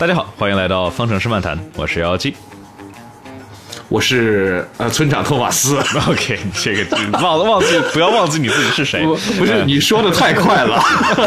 大家好，欢迎来到方程式漫谈，我是姚记， 我是村长托马斯。 OK， 这个忘记，不要忘记你自己是谁。 不是你说的太快了。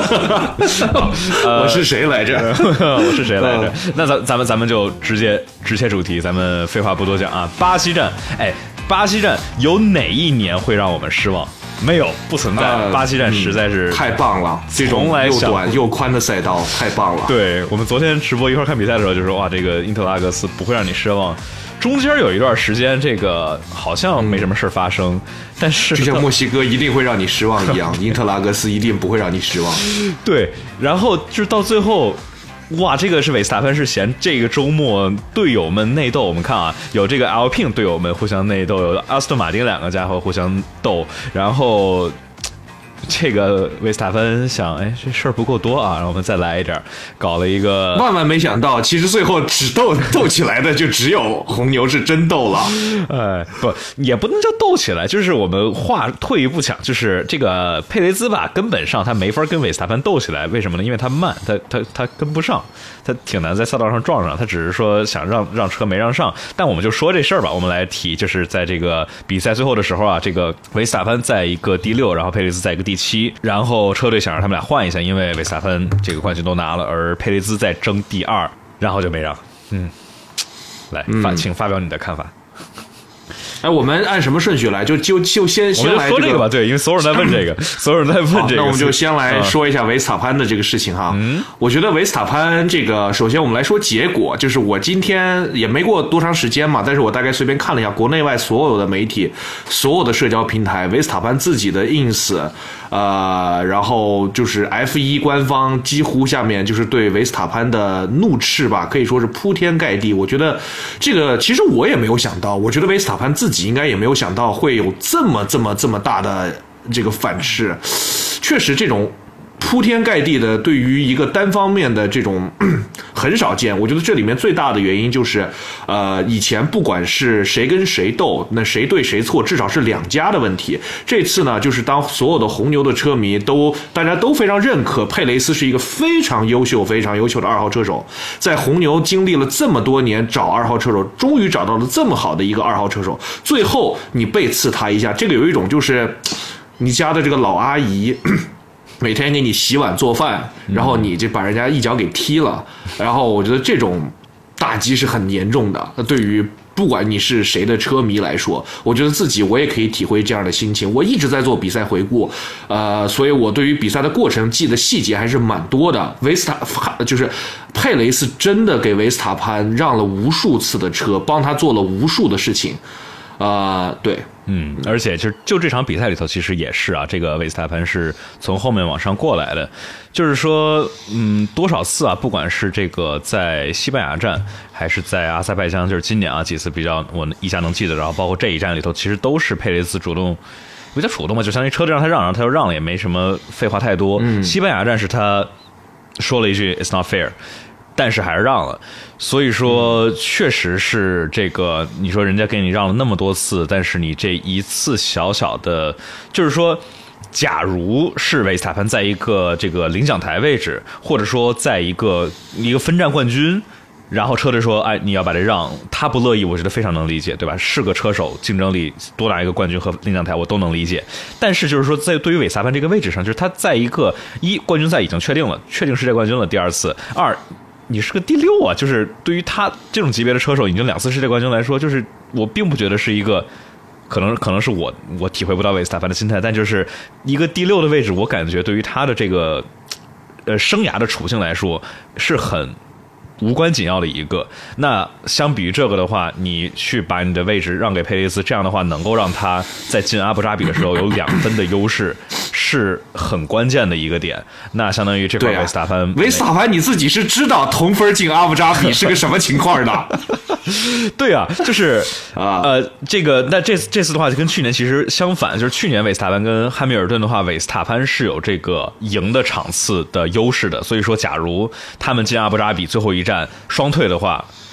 我是谁来着？ 我是谁来着？那咱们就直切主题，咱们废话不多讲啊。巴西站，巴西站有哪一年会让我们失望？没有，不存在。巴西站实在是太棒了，这种又短又宽的赛道太棒了。 对，我们昨天直播一块看比赛的时候就说，哇，这个因特拉格斯不会让你失望。中间有一段时间，这个好像没什么事发生，但是就像墨西哥一定会让你失望一样，因特拉格斯一定不会让你失望。 对，然后就到最后。哇，这个是维斯塔潘是嫌这个周末队友们内斗，我们看啊，有这个 Alpine 队友们互相内斗，有阿斯顿马丁两个家伙互相斗，然后这个维斯塔潘想，这事儿不够多啊，然后我们再来一点，搞了一个。 万万没想到，其实最后只斗起来的就只有红牛是真斗了。 不，也不能叫斗起来，就是我们话退一步讲，就是这个佩雷兹吧，根本上他没法跟维斯塔潘斗起来，为什么呢？因为他慢，他跟不上，他挺难在赛道上撞上，他只是说想让车没让上。但我们就说这事儿吧，我们来提，就是在这个比赛最后的时候啊，这个维斯塔潘在一个第6，然后佩雷兹在一个第7，然后车队想让他们俩换一下，因为维斯塔潘这个冠军都拿了，而佩雷兹在争第2，然后就没让。来，请发表你的看法。 我们按什么顺序来？就先来说这个吧，对，因为所有人在问这个，所有人在问这个， 那我们就先来说一下维斯塔潘的这个事情哈。我觉得维斯塔潘这个，首先我们来说结果，就是我今天也没过多长时间嘛，但是我大概随便看了一下国内外所有的媒体、所有的社交平台，维斯塔潘自己的 ins，然后就是 F1 官方几乎下面就是对维斯塔潘的怒斥吧，可以说是铺天盖地。我觉得这个其实我也没有想到，我觉得维斯塔潘自己应该也没有想到会有这么大的这个反噬。确实这种铺天盖地的对于一个单方面的这种很少见。我觉得这里面最大的原因就是以前不管是谁跟谁斗，那谁对谁错至少是两家的问题。这次呢，就是当所有的红牛的车迷大家都非常认可佩雷斯是一个非常优秀的2号车手，在红牛经历了这么多年找2号车手，终于找到了这么好的一个2号车手，最后你背刺他一下，这个有一种就是你家的这个老阿姨每天给你洗碗做饭，然后你就把人家一脚给踢了，然后我觉得这种打击是很严重的。对于不管你是谁的车迷来说，我觉得我也可以体会这样的心情。我一直在做比赛回顾，所以我对于比赛的过程记的细节还是蛮多的。就是佩雷斯真的给维斯塔潘让了无数次的车，帮他做了无数的事情。对。 而且就这场比赛里头，其实也是啊，这个维斯塔潘是从后面往上过来的，就是说，多少次啊，不管是这个在西班牙站，还是在阿塞拜疆，就是今年啊几次比较我一下能记得，然后包括这一站里头，其实都是佩雷斯主动，比较主动嘛，就相当于车队让他让，然后他就让了，也没什么废话太多。西班牙站是他说了一句 "It's not fair"。但是还是让了，所以说确实是这个，你说人家给你让了那么多次，但是你这一次小小的，就是说，假如是维斯塔潘在一个这个领奖台位置，或者说在一个分站冠军，然后车队说，你要把这让，他不乐意，我觉得非常能理解，对吧？是个车手，竞争力多拿一个冠军和领奖台，我都能理解。但是就是说，在对于维斯塔潘这个位置上，就是他在一个冠军赛已经确定世界冠军了，第2次，2。你是个第6啊，就是对于他这种级别的车手，已经2次世界冠军来说，就是我并不觉得是一个，可能是我体会不到维斯塔潘的心态，但就是一个第6的位置，我感觉对于他的这个生涯的处境来说是很无关紧要的一个。那相比于这个的话，你去把你的位置让给佩雷斯，这样的话能够让他在进阿布扎比的时候有2分的优势，是很关键的一个点。那相当于这块维斯塔潘， 你自己是知道同分进阿布扎比是个什么情况的。 对啊，就是这个那这次的话就跟去年其实相反，就是去年维斯塔潘跟汉密尔顿的话，维斯塔潘是有这个赢的场次的优势的，所以说假如他们进阿布扎比最后一站双退的话，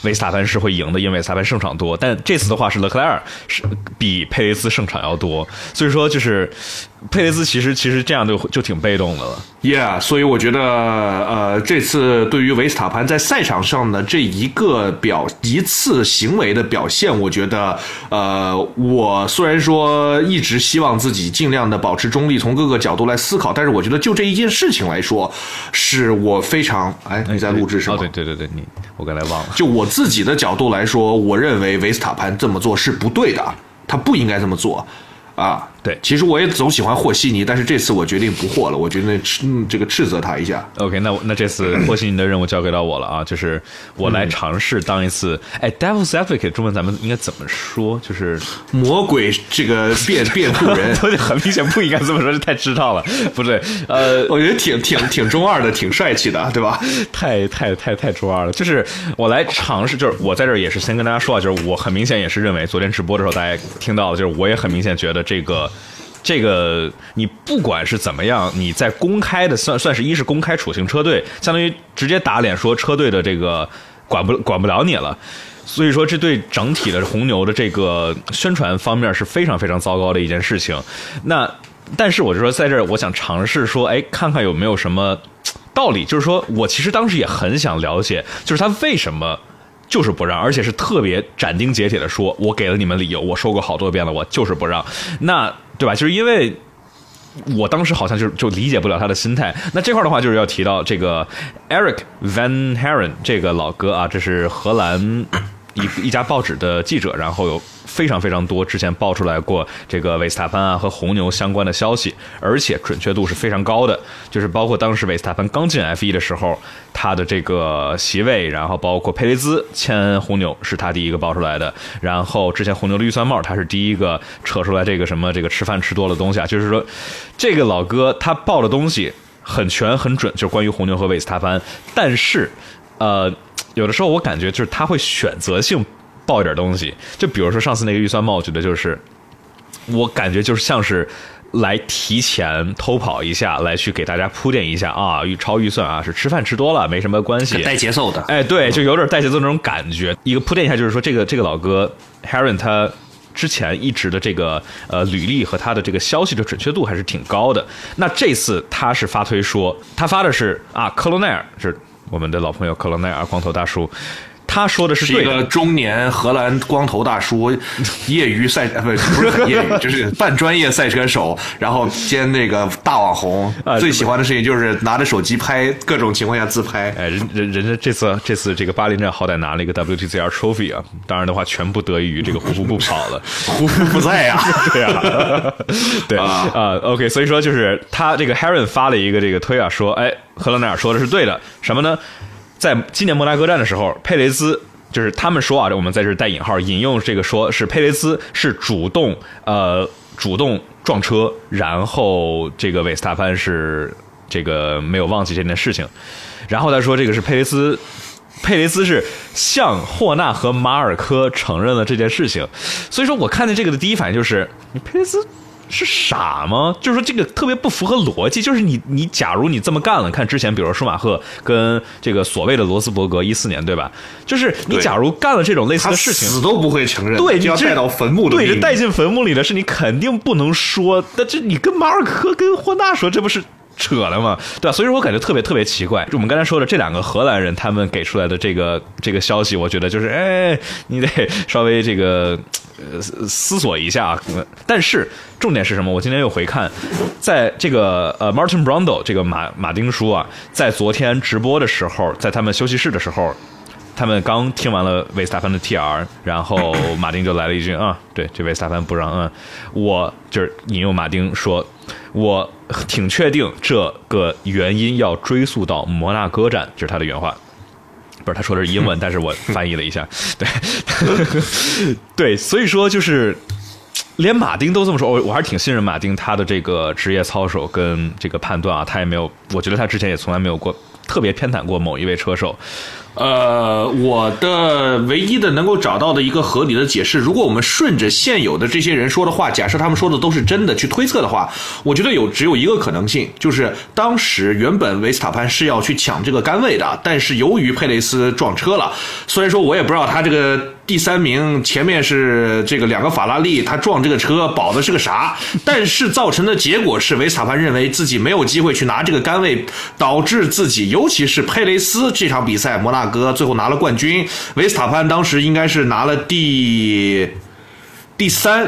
维斯塔潘是会赢的，因为维斯塔潘胜场多。但这次的话是勒克莱尔是比佩雷兹胜场要多，所以说就是佩雷兹其实这样就挺被动的了。 Yeah， 所以我觉得这次对于维斯塔潘在赛场上的这一次行为的表现，我觉得我虽然说一直希望自己尽量的保持中立，从各个角度来思考，但是我觉得就这一件事情来说，是我非常你在录制什么？ 哦，对，我刚才忘了。 就我自己的角度来说，我认为维斯塔潘这么做是不对的，他不应该这么做。 对， 其实我也总喜欢和稀泥，但是这次我决定不和了，我决定这个斥责他一下。 OK， 那这次和稀泥的任务交给到我了啊，就是我来尝试当一次，Devil's Advocate 中文咱们应该怎么说？就是魔鬼这个辩护人， 很明显不应该这么说，这太知道了，不对， 我觉得挺中二的，挺帅气的，对吧？ 太中二了。就是我来尝试，就是我在这儿也是先跟大家说啊，就是我很明显也是认为，昨天直播的时候大家听到的，就是我也很明显觉得这个你不管是怎么样，你在公开的算是一是公开处刑车队，相当于直接打脸说车队的这个管不了你了。所以说这对整体的红牛的这个宣传方面是非常非常糟糕的一件事情。但是我就说在这儿我想尝试说看看有没有什么道理，就是说我其实当时也很想了解，就是他为什么就是不让，而且是特别斩钉截铁的说，我给了你们理由，我说过好多遍了，我就是不让。那对吧？就是因为我当时好像就理解不了他的心态。那这块的话就是要提到这个 Eric Van Haren 这个老哥啊，这是荷兰一家报纸的记者，然后有非常非常多之前爆出来过这个维斯塔潘和红牛相关的消息，而且准确度是非常高的，就是包括当时维斯塔潘刚进 F1 的时候，他的这个席位，然后包括佩雷兹签红牛是他第一个爆出来的，然后之前红牛的预算帽他是第一个扯出来这个什么这个吃饭吃多了东西啊，就是说这个老哥他报的东西很全很准，就是关于红牛和维斯塔潘，但是有的时候我感觉就是他会选择性报一点东西，就比如说上次那个预算帽，我觉得就是我感觉就是像是来提前偷跑一下，来去给大家铺垫一下啊，超预算啊，是吃饭吃多了没什么关系， 带节奏的， 对，就有点带节奏那种感觉。一个铺垫一下，就是说这个老哥 Haren 他之前一直的这个履历和他的这个消息的准确度还是挺高的。那这次他是发推说，他发的是科罗奈尔，是我们的老朋友科罗奈尔光头大叔。他说的是对的， 是一个中年荷兰光头大叔，业余不是很业余，就是半专业赛车手，然后兼那个大网红，最喜欢的事情就是拿着手机拍各种情况下自拍。 人家这次这个巴林站好歹拿了一个 WTCR Trophy 啊，当然的话全部得益于这个胡夫不跑了， 胡夫不在呀， 对啊，对OK， 所以说就是他这个 Haren 发了一个这个推啊，说赫勒奈尔说的是对的，什么呢？在今年摩纳哥站的时候，佩雷兹就是他们说啊，我们在这带引号引用这个说是佩雷兹是主动撞车，然后这个维斯塔潘是这个没有忘记这件事情，然后他说这个是佩雷兹是向霍纳和马尔科承认了这件事情，所以说我看见这个的第一反应就是你佩雷兹是傻吗？就是说这个特别不符合逻辑，就是你假如你这么干了，看之前比如说舒马赫跟这个所谓的罗斯伯格14年对吧，就是你假如干了这种类似的事情， 死都不会承认， 对， 就要带到坟墓的， 对，带进坟墓里的是你肯定不能说，但这你跟马尔科跟霍纳说，这不是扯了吗？对吧？所以说我感觉特别特别奇怪。就我们刚才说的这两个荷兰人，他们给出来的这个消息，我觉得就是你得稍微这个思索一下啊。但是重点是什么？我今天又回看，在这个Martin Brundle 这个马丁叔啊，在昨天直播的时候，在他们休息室的时候。他们刚听完了维斯塔潘的 TR， 然后马丁就来了一句对，这维斯塔潘不让我就是引用马丁说，我挺确定这个原因要追溯到摩纳哥站，这是他的原话。不是他说的是英文，但是我翻译了一下，对，对，所以说就是连马丁都这么说，我还是挺信任马丁他的这个职业操守跟这个判断啊，他也没有，我觉得他之前也从来没有过特别偏袒过某一位车手。 我的唯一的能够找到的一个合理的解释，如果我们顺着现有的这些人说的话，假设他们说的都是真的去推测的话，我觉得只有一个可能性，就是当时原本维斯塔潘是要去抢这个杆位的，但是由于佩雷斯撞车了，虽然说我也不知道他这个第3名前面是这个2个法拉利，他撞这个车保的是个啥，但是造成的结果是维斯塔潘认为自己没有机会去拿这个杆位，导致自己尤其是佩雷斯这场比赛摩纳哥最后拿了冠军，维斯塔潘当时应该是拿了第3，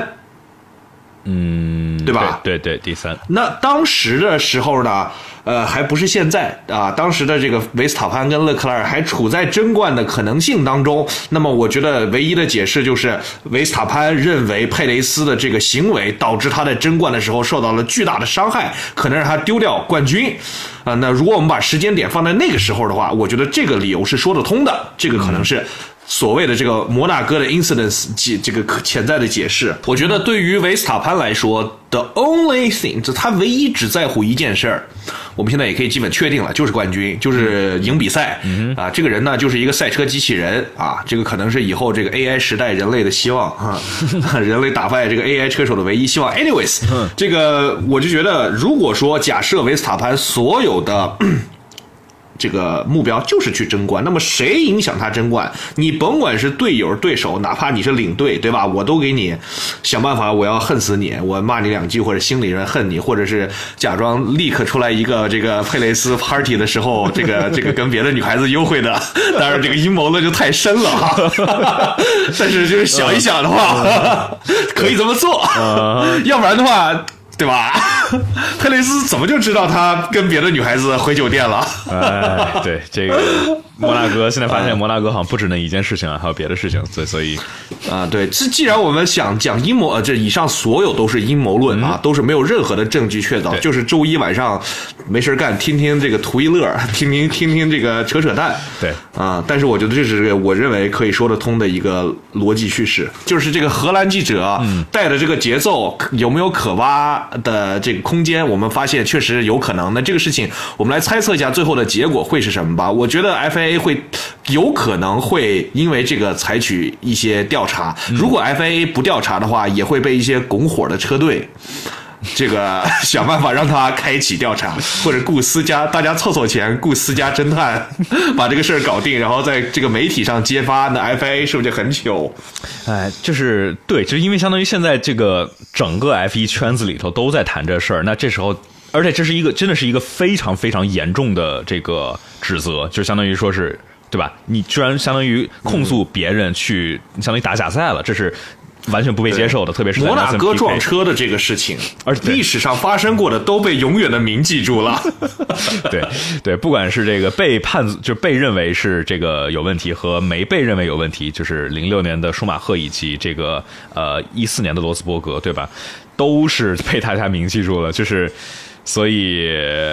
对吧？ 对，第3。 那当时的时候呢，还不是现在啊，当时的这个维斯塔潘跟勒克莱尔还处在争冠的可能性当中。那么我觉得唯一的解释就是维斯塔潘认为佩雷斯的这个行为导致他在争冠的时候受到了巨大的伤害，可能让他丢掉冠军。那如果我们把时间点放在那个时候的话，我觉得这个理由是说得通的，这个可能是所谓的这个摩纳哥的 incidence 这个潜在的解释。我觉得对于维斯塔潘来说 the only thing 他唯一只在乎一件事儿，我们现在也可以基本确定了，就是冠军，就是赢比赛啊。这个人呢就是一个赛车机器人啊，这个可能是以后这个 AI 时代人类的希望啊，人类打败这个 AI 车手的唯一希望。anyways 这个我就觉得，如果说假设维斯塔潘所有的这个目标就是去争冠，那么谁影响他争冠？你甭管是队友对手，哪怕你是领队，对吧？我都给你想办法，我要恨死你，我骂你2句，或者心里人恨你，或者是假装立刻出来一个这个佩雷斯 party 的时候，这个跟别的女孩子幽会的。当然这个阴谋论就太深了哈，但是就是想一想的话，可以这么做，要不然的话，对吧？佩雷斯怎么就知道他跟别的女孩子回酒店了？ 哎，对，这个摩纳哥现在发现摩纳哥好像不止那一件事情啊，还有别的事情，所以对，既然我们想讲阴谋，这以上所有都是阴谋论啊，都是没有任何的证据确凿，就是周一晚上没事干，听听这个图一乐，听听这个扯淡， 对啊，但是我觉得这是我认为可以说得通的一个逻辑叙事，就是这个荷兰记者带的这个节奏有没有可挖的这个空间，我们发现确实有可能。那这个事情我们来猜测一下最后的结果会是什么吧。我觉得 FIA 有可能会因为这个采取一些调查，如果 FIA 不调查的话，也会被一些拱火的车队这个想办法让他开启调查，或者雇私家，大家凑钱雇私家侦探把这个事儿搞定，然后在这个媒体上揭发，那 FIA 是不是就很糗？ 哎，就是对，就是因为相当于现在这个整个 F1 圈子里头都在谈这事儿，那这时候，而且这是真的是一个非常非常严重的这个指责，就相当于说是，对吧？你居然相当于控诉别人去，相当于打假赛了，这是完全不被接受的，特别是在摩纳哥撞车的这个事情， 而历史上发生过的都被永远的铭记住了。 对，不管是这个被就被认为是这个有问题和没被认为有问题，就是06年的舒马赫以及这个14年的罗斯伯格，对吧？都是被大家铭记住了，就是所以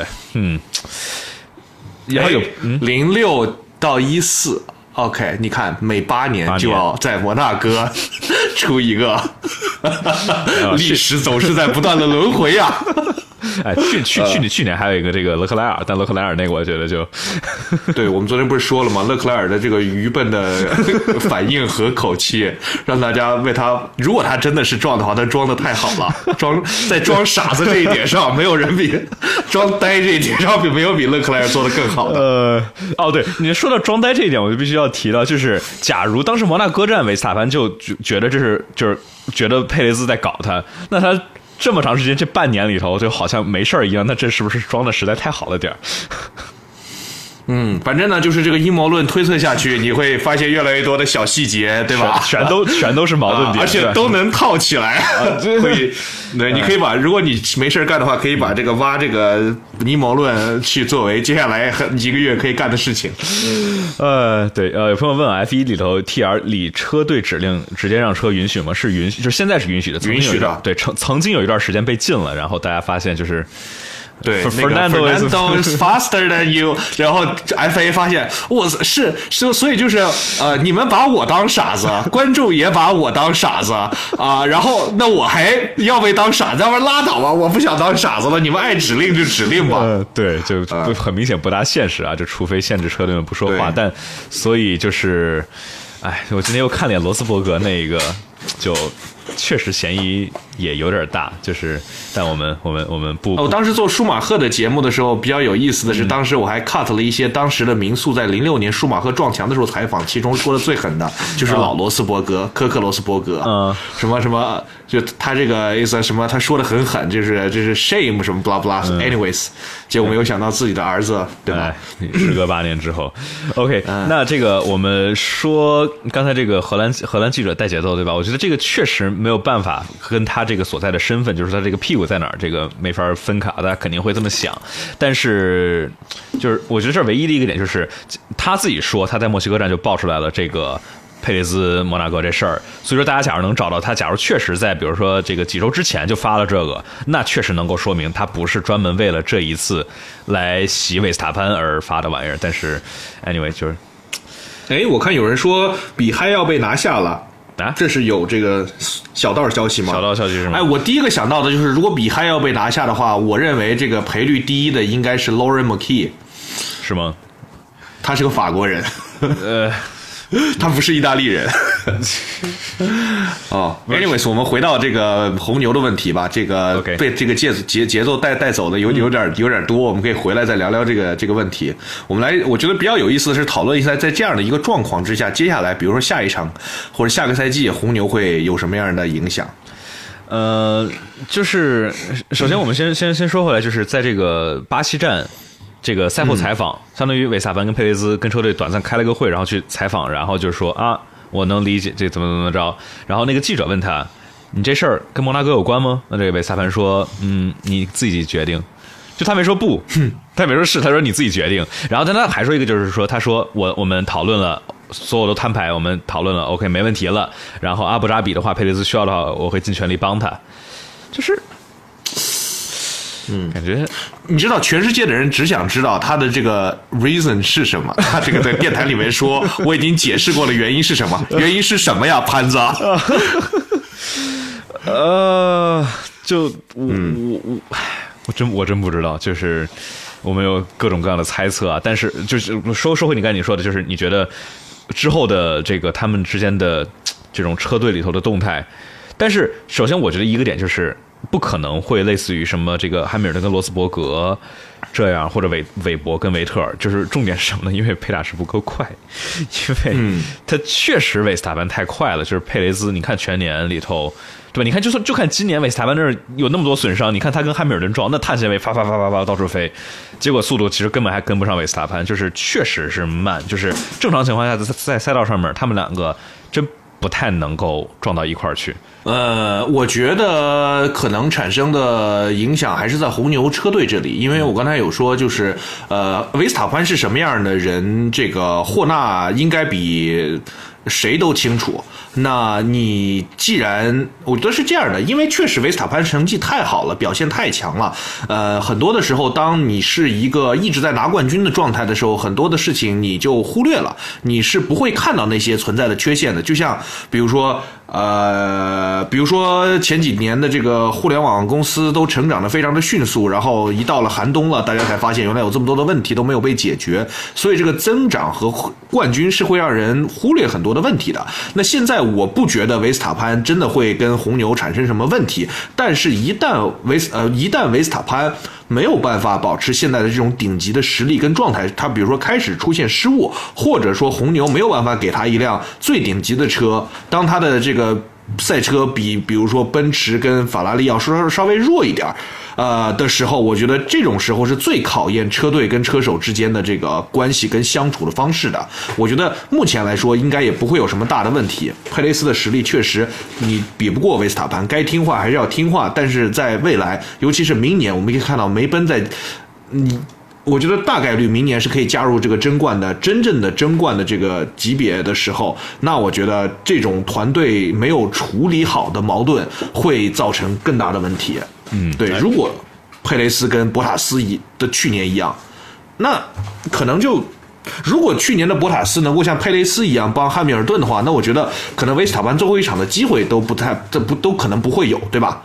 然后有06到14。OK， 你看，每8年就要在摩纳哥出一个，历史总是在不断的轮回呀。 哎，去年还有一个这个勒克莱尔，但勒克莱尔那个我觉得就， 对，我们昨天不是说了吗？勒克莱尔的这个愚笨的反应和口气，让大家为他，如果他真的是装的话，他装的太好了，在装傻子这一点上，没有人比装呆这一点上没有比勒克莱尔做的更好的。 对，你说到装呆这一点，我就必须要提到，就是假如当时摩纳哥站维斯塔潘就觉得就是觉得佩雷兹在搞他，那他这么长时间这半年里头就好像没事儿一样，那这是不是装的实在太好了点儿？ 反正呢，就是这个阴谋论推测下去，你会发现越来越多的小细节，对吧？ 全都是矛盾点， 而且都能套起来。可以，对，你可以把，如果你没事干的话，可以把这个挖这个阴谋论去作为接下来1个月可以干的事情。 对，有朋友问 F1 里头 TR 里车队指令直接让车允许吗？是允许，就是现在是允许的， 允许的。 对，曾经有一段时间被禁了，然后大家发现就是。 对 ，Fernando is faster than you， 然后 FA 发现是，所以就是你们把我当傻子，观众也把我当傻子啊，然后那我还要被当傻子，要不然拉倒吧，我不想当傻子了，你们爱指令就指令吧。 对，就很明显不大现实啊，就除非限制车队们不说话，但所以就是，哎，我今天又看了眼罗斯伯格那个，就确实嫌疑也有点大，就是但我们不。 我当时做舒马赫的节目的时候，比较有意思的是，当时我还 cut 了一些当时的民宿在06年舒马赫撞墙的时候采访，其中说的最狠的就是老罗斯伯格，科克罗斯伯格，什么，就他这个意思什么，他说的很狠，就是 shame 什么 blah blah，anyways，结果没有想到自己的儿子，对吧？ 时隔8年之后 ，OK，那这个我们说刚才这个荷兰记者带节奏，对吧？我觉得这个确实没有办法跟他这个所在的身份，就是他这个屁股在哪儿，这个没法分卡，大家肯定会这么想。但是，就是我觉得这唯一的一个点就是他自己说他在墨西哥站就爆出来了这个佩雷兹摩纳哥这事儿，所以说大家假如能找到他，假如确实在比如说这个几周之前就发了这个，那确实能够说明他不是专门为了这一次来洗维斯塔潘而发的玩意儿。但是 anyway 就是， 我看有人说比嗨要被拿下了。这是有这个小道消息吗？ 小道消息是吗？ 我第一个想到的就是，如果比嗨要被拿下的话，我认为这个赔率第一的应该是 Lauren McKee， 是吗？ 他是个法国人，他不是意大利人。anyways， 我们回到这个红牛的问题吧。这个被这个节奏带走的有点多，我们可以回来再聊聊这个问题。我觉得比较有意思的是讨论一下，在这样的一个状况之下，接下来比如说下一场或者下个赛季，红牛会有什么样的影响？ 就是首先我们先说回来，就是在这个巴西站。这个赛后采访，相当于维斯塔潘跟佩雷兹跟车队短暂开了个会，然后去采访，然后就说啊，我能理解这怎么着。然后那个记者问他，你这事儿跟摩纳哥有关吗？那这个维斯塔潘说，你自己决定。就他没说不，他没说是，他说你自己决定。然后但他还说一个，就是说，他说我们讨论了，所有都摊牌，我们讨论了 ，OK 没问题了。然后阿布扎比的话，佩雷兹需要的话，我会尽全力帮他。就是。感觉你知道，全世界的人只想知道他的这个 reason 是什么。他这个在电台里面说，我已经解释过了原因是什么。原因是什么呀，潘子？ 就我真不知道，就是我们有各种各样的猜测啊。但是就是说回你刚才你说的，就是你觉得之后的这个他们之间的这种车队里头的动态，但是首先我觉得一个点就是。不可能会类似于什么这个汉密尔顿跟罗斯伯格这样，或者韦伯跟维特尔，就是重点是什么呢？因为佩塔什不够快，因为他确实维斯塔潘太快了。就是佩雷兹，你看全年里头，对吧？你看就看今年维斯塔潘那儿有那么多损伤，你看他跟汉密尔顿撞，那碳纤维发到处飞，结果速度其实根本还跟不上维斯塔潘，就是确实是慢。就是正常情况下在赛道上面，他们两个真不太能够撞到一块儿去。 我觉得可能产生的影响还是在红牛车队这里，因为我刚才有说，就是维斯塔潘是什么样的人，这个霍纳应该比谁都清楚。那你既然我觉得是这样的，因为确实维斯塔潘成绩太好了，表现太强了。很多的时候，当你是一个一直在拿冠军的状态的时候，很多的事情你就忽略了，你是不会看到那些存在的缺陷的。就像比如说前几年的这个互联网公司都成长得非常的迅速，然后一到了寒冬了，大家才发现原来有这么多的问题都没有被解决，所以这个增长和冠军是会让人忽略很多的问题的。那现在我不觉得维斯塔潘真的会跟红牛产生什么问题，但是一旦维斯塔潘没有办法保持现在的这种顶级的实力跟状态，他比如说开始出现失误，或者说红牛没有办法给他一辆最顶级的车，当他的这个赛车比如说奔驰跟法拉利要稍微弱一点的时候，我觉得这种时候是最考验车队跟车手之间的这个关系跟相处的方式的。我觉得目前来说应该也不会有什么大的问题。佩雷斯的实力确实你比不过维斯塔潘，该听话还是要听话，但是在未来尤其是明年，我们可以看到梅奔在我觉得大概率明年是可以加入这个真正的争冠的这个级别的时候，那我觉得这种团队没有处理好的矛盾会造成更大的问题。对，如果佩雷斯跟博塔斯的去年一样，那可能就。如果去年的博塔斯能够像佩雷斯一样帮汉密尔顿的话，那我觉得可能维斯塔潘最后一场的机会都可能不会有，对吧？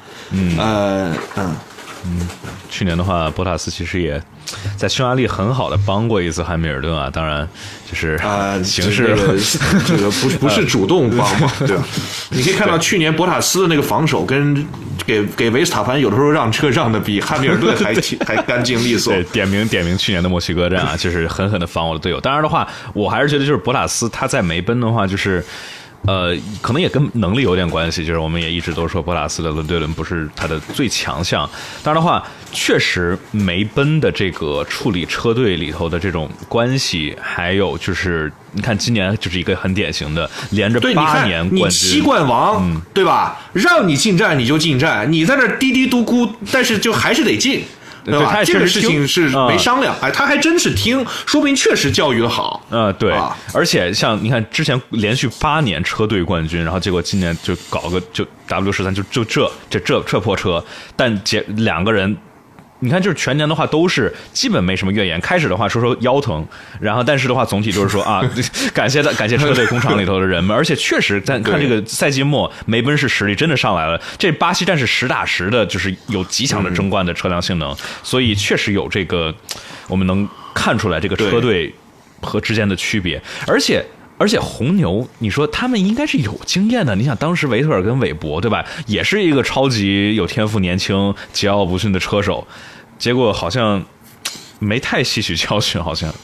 去年的话，博塔斯其实也在匈牙利很好的帮过一次汉密尔顿啊，当然就是形势这个不是主动帮嘛，对吧？你可以看到去年博塔斯的那个防守跟给维斯塔潘有的时候让车让的比汉密尔顿还干净利索。 对，点名去年的墨西哥站啊，就是狠狠的防我的队友。当然的话，我还是觉得就是博塔斯他在梅奔的话，就是可能也跟能力有点关系，就是我们也一直都说博塔斯的轮对轮不是他的最强项。当然的话，确实梅奔的这个处理车队里头的这种关系，还有就是你看今年就是一个很典型的连着8年冠军， 你七冠王，对吧？让你进站你就进站，你在那嘀嘀嘟咕，但是就还是得进。对吧？这个事情是没商量，他还真是听，说明确实教育的好。 对，而且像你看，之前连续8年车队冠军，然后结果今年就搞个就 W13，就这破车，但两个人。你看，就是全年的话都是基本没什么怨言。开始的话说腰疼，然后但是的话总体就是说啊，感谢车队工厂里头的人们，而且确实咱看这个赛季末梅奔是实力真的上来了。这巴西站是实打实的，就是有极强的争冠的车辆性能，所以确实有这个我们能看出来这个车队和之间的区别，而且红牛，你说他们应该是有经验的。你想，当时维特尔跟韦伯，对吧？也是一个超级有天赋、年轻、桀骜不驯的车手，结果好像没太吸取教训，好像。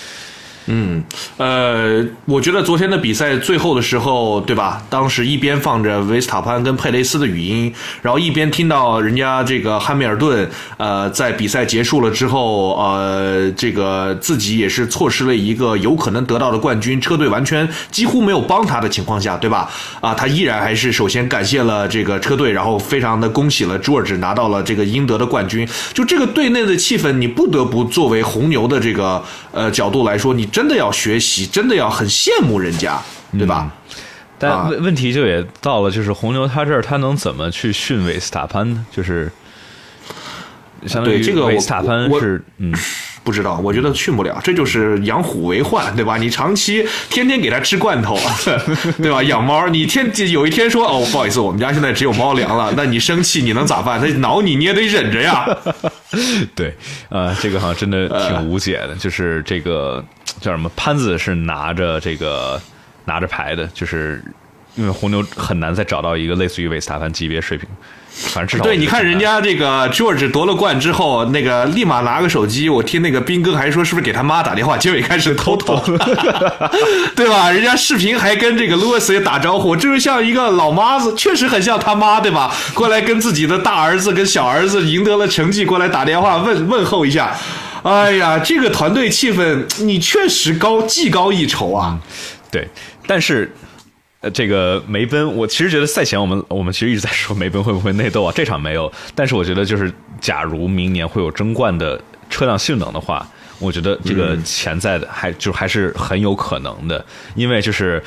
我觉得昨天的比赛最后的时候，对吧？当时一边放着维斯塔潘跟佩雷斯的语音，然后一边听到人家这个汉密尔顿，在比赛结束了之后，这个自己也是错失了一个有可能得到的冠军，车队完全几乎没有帮他的情况下，对吧？他依然还是首先感谢了这个车队，然后非常的恭喜了 George 拿到了这个应得的冠军。就这个队内的气氛，你不得不作为红牛的这个角度来说，你真的要学习，真的要很羡慕人家，对吧？ 但问题就也到了，就是红牛他这儿他能怎么去训维斯塔潘呢？就是相当于这个维斯塔潘是不知道，我觉得训不了，这就是养虎为患，对吧？你长期天天给他吃罐头，对吧？养猫，你有一天说哦，不好意思，我们家现在只有猫粮了，那你生气你能咋办？他挠你也得忍着呀。 对，这个好像真的挺无解的，就是这个叫什么潘子是拿着牌的，就是因为红牛很难再找到一个类似于维斯塔潘级别水平。反正至少对，你看人家这个 George 夺了冠之后，那个立马拿个手机，我听那个斌哥还说是不是给他妈打电话，结果一开始偷，对吧？人家视频还跟这个 Lewis 也打招呼，这就像一个老妈子，确实很像他妈，对吧？过来跟自己的大儿子跟小儿子赢得了成绩，过来打电话问候一下。哎呀，这个团队气氛，你确实技高一筹啊。 对，但是。这个梅奔，我其实觉得赛前我们其实一直在说梅奔会不会内斗啊，这场没有，但是我觉得就是假如明年会有争冠的车辆性能的话，我觉得这个潜在的还是很有可能的，因为就是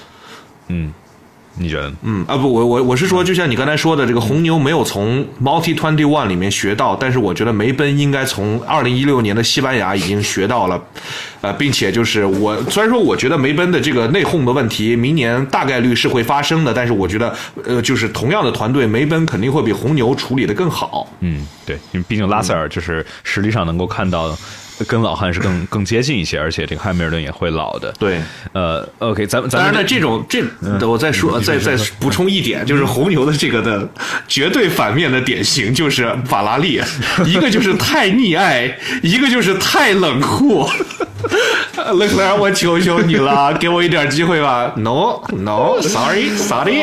你觉得？ 我是说，就像你刚才说的，这个红牛没有从 Multi 21里面学到，但是我觉得梅奔应该从2016年的西班牙已经学到了，并且就是虽然说我觉得梅奔的这个内讧的问题，明年大概率是会发生的，但是我觉得就是同样的团队，梅奔肯定会比红牛处理得更好。 对，因为毕竟拉塞尔就是实力上能够看到。跟老汉是更接近一些，而且这个汉密尔顿也会老的。 对 ，OK，咱当然呢，我再说再补充一点，就是红牛的这个的绝对反面的典型就是法拉利，一个就是太溺爱，一个就是太冷酷。勒克莱尔，我求求你了，给我一点机会吧。No，sorry。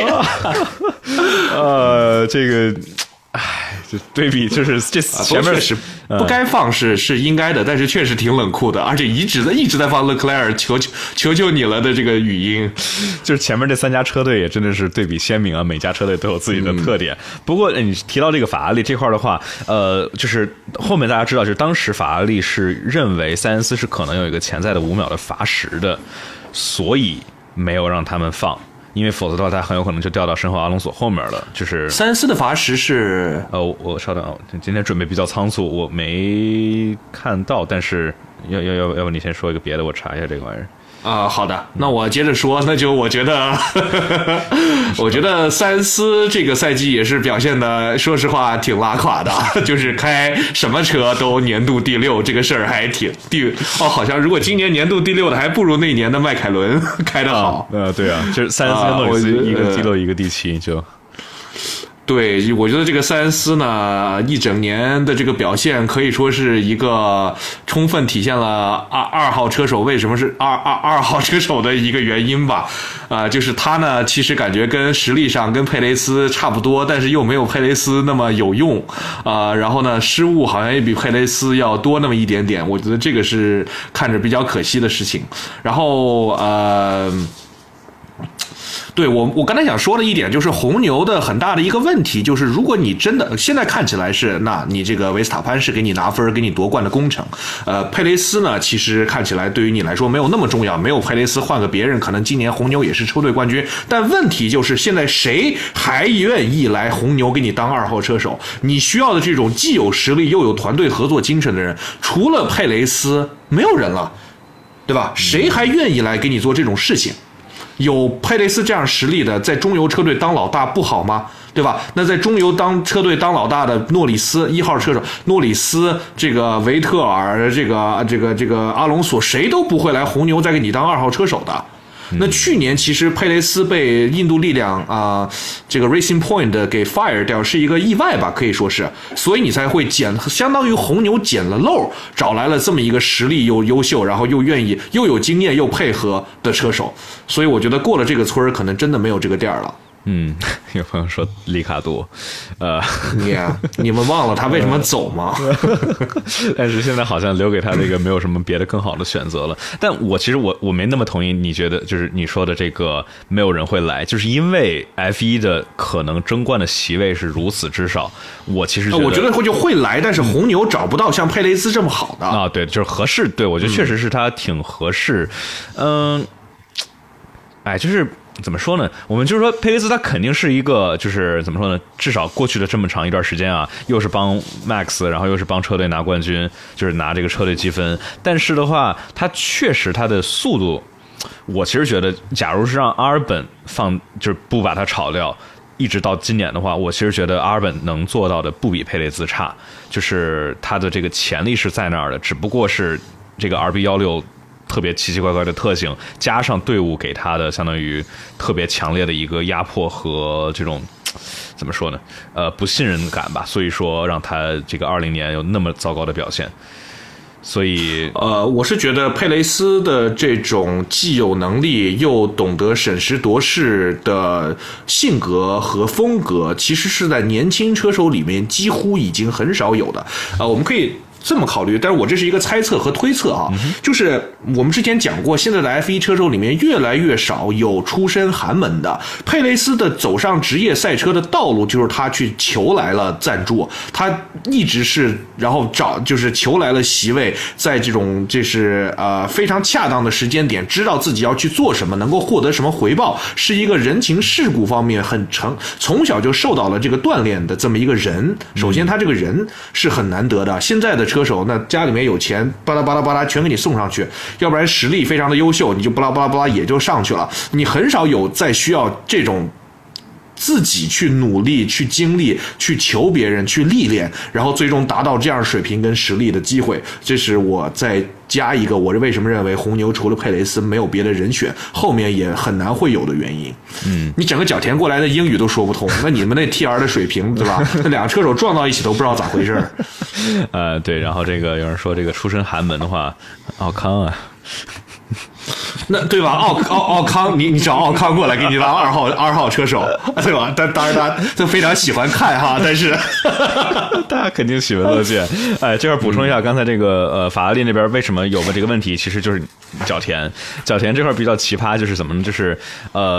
这个。就对比就是这前面是不该放是应该的，但是确实挺冷酷的，而且一直在放勒克莱尔求求你了的这个语音， 就是前面这3家车队也真的是对比鲜明啊，每家车队都有自己的特点。不过你提到这个法拉利这块的话，就是后面大家知道，就是当时法拉利是认为塞恩斯是可能有一个潜在的5秒的罚时的，所以没有让他们放。 因为否则的话他很有可能就掉到身后阿隆索后面了。就是塞恩斯的罚时是我稍等啊，今天准备比较仓促，我没看到，但是要不你先说一个别的，我查一下这个玩意儿。 好的，那我接着说，那就我觉得我觉得塞恩斯这个赛季也是表现的说实话挺拉垮的，就是开什么车都年度第6，这个事儿还挺好像如果今年年度第6的还不如那年的迈凯伦开得好。 对啊，就是塞恩斯跟诺里斯一个第6一个第7就。 对，我觉得这个塞恩斯呢，一整年的这个表现可以说是一个充分体现了二号车手为什么是二号车手的一个原因吧。就是他呢，其实感觉跟实力上跟佩雷斯差不多，但是又没有佩雷斯那么有用。然后呢，失误好像也比佩雷斯要多那么一点点，我觉得这个是看着比较可惜的事情。然后对，我刚才想说的一点就是红牛的很大的一个问题，就是如果你真的现在看起来是，那你这个维斯塔潘是给你拿分给你夺冠的功臣，佩雷斯呢其实看起来对于你来说没有那么重要，没有佩雷斯换个别人可能今年红牛也是车队冠军，但问题就是现在谁还愿意来红牛给你当2号车手？你需要的这种既有实力又有团队合作精神的人，除了佩雷斯没有人了，对吧？谁还愿意来给你做这种事情？有佩雷斯这样实力的，在中油车队当老大不好吗？对吧？那在中油车队当老大的诺里斯1号车手，诺里斯这个维特尔这个阿隆索，谁都不会来红牛再给你当2号车手的。那去年其实佩雷斯被印度力量这个 Racing Point 给 fire 掉是一个意外吧，可以说是，所以你才会相当于红牛捡了漏，找来了这么一个实力又优秀，然后又愿意又有经验又配合的车手，所以我觉得过了这个村可能真的没有这个店了。 有朋友说里卡多， 你们忘了他为什么走吗？ 但是现在好像留给他这个没有什么别的更好的选择了。但其实我没那么同意你觉得就是你说的这个没有人会来，就是因为 F1 的可能争冠的席位是如此之少。我其实我觉得会来，但是红牛找不到像佩雷斯这么好的对，就是合适。对，我觉得确实是他挺合适。就是怎么说呢？我们就是说，佩雷斯他肯定是一个，就是怎么说呢？至少过去的这么长一段时间啊，又是帮 Max， 然后又是帮车队拿冠军，就是拿这个车队积分。但是的话，他确实他的速度，我其实觉得，假如是让阿尔本就是不把他炒掉，一直到今年的话，我其实觉得阿尔本能做到的不比佩雷兹差，就是他的这个潜力是在那儿的，只不过是这个 RB16。特别奇奇怪怪的特性，加上队伍给他的相当于特别强烈的一个压迫和这种怎么说呢？不信任感吧，所以说让他这个20年有那么糟糕的表现。所以我是觉得佩雷斯的这种既有能力又懂得审时度势的性格和风格，其实是在年轻车手里面几乎已经很少有的。我们可以这么考虑，但是我这是一个猜测和推测啊，就是我们之前讲过，现在的 F1 车手里面越来越少有出身寒门的。佩雷斯的走上职业赛车的道路，就是他去求来了赞助，他一直是然后就是求来了席位，在这种非常恰当的时间点，知道自己要去做什么，能够获得什么回报，是一个人情世故方面从小就受到了这个锻炼的这么一个人。首先他这个人是很难得的，现在的车手那家里面有钱，巴拉巴拉巴拉全给你送上去，要不然实力非常的优秀，你就巴拉巴拉巴拉也就上去了。你很少有再需要这种自己去努力、去经历、去求别人、去历练，然后最终达到这样水平跟实力的机会。这是我再加一个，我为什么认为红牛除了佩雷斯没有别的人选，后面也很难会有的原因。你整个角田过来的英语都说不通，那你们那 TR 的水平，对吧？那两个车手撞到一起都不知道咋回事。 对，然后这个有人说这个出身寒门的话，奥康啊。 那对吧？奥康，你找奥康过来给你当二号车手，对吧？但当然他都非常喜欢看哈，但是大家肯定喜闻乐见。这块补充一下，刚才这个法拉利那边为什么有个这个问题，其实就是角田这块比较奇葩，就是怎么呢？就是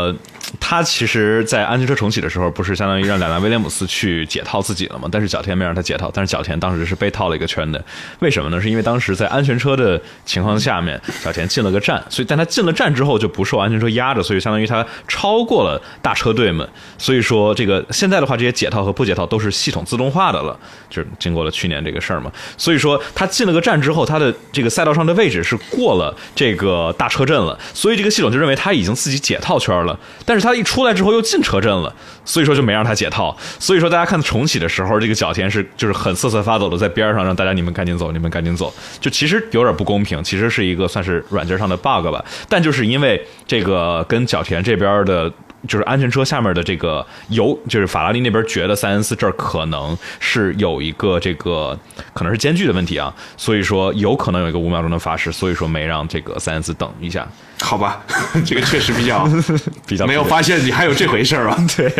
他其实，在安全车重启的时候，不是相当于让两辆威廉姆斯去解套自己了吗？但是角田没让他解套，但是角田当时是被套了一个圈的。为什么呢？是因为当时在安全车的情况下面，角田进了个站，所以但他进了站之后就不受安全车压着，所以相当于他超过了大车队们。所以说这个现在的话，这些解套和不解套都是系统自动化的了，就是经过了去年这个事儿嘛。所以说他进了个站之后，他的这个赛道上的位置是过了这个大车阵了，所以这个系统就认为他已经自己解套圈了。但是他一出来之后又进车阵了，所以说就没让他解套。所以说大家看重启的时候，这个角田就是很瑟瑟发抖的在边上让大家你们赶紧走，你们赶紧走，就其实有点不公平，其实是一个算是软件上的 bug 吧。但就是因为这个跟角田这边的就是安全车下面的这个就是法拉利那边觉得塞恩斯这儿可能是有一个这个可能是间距的问题啊，所以说有可能有一个5秒钟的罚时，所以说没让这个塞恩斯等一下。 好吧，这个确实比较没有发现你还有这回事儿吧？ 对，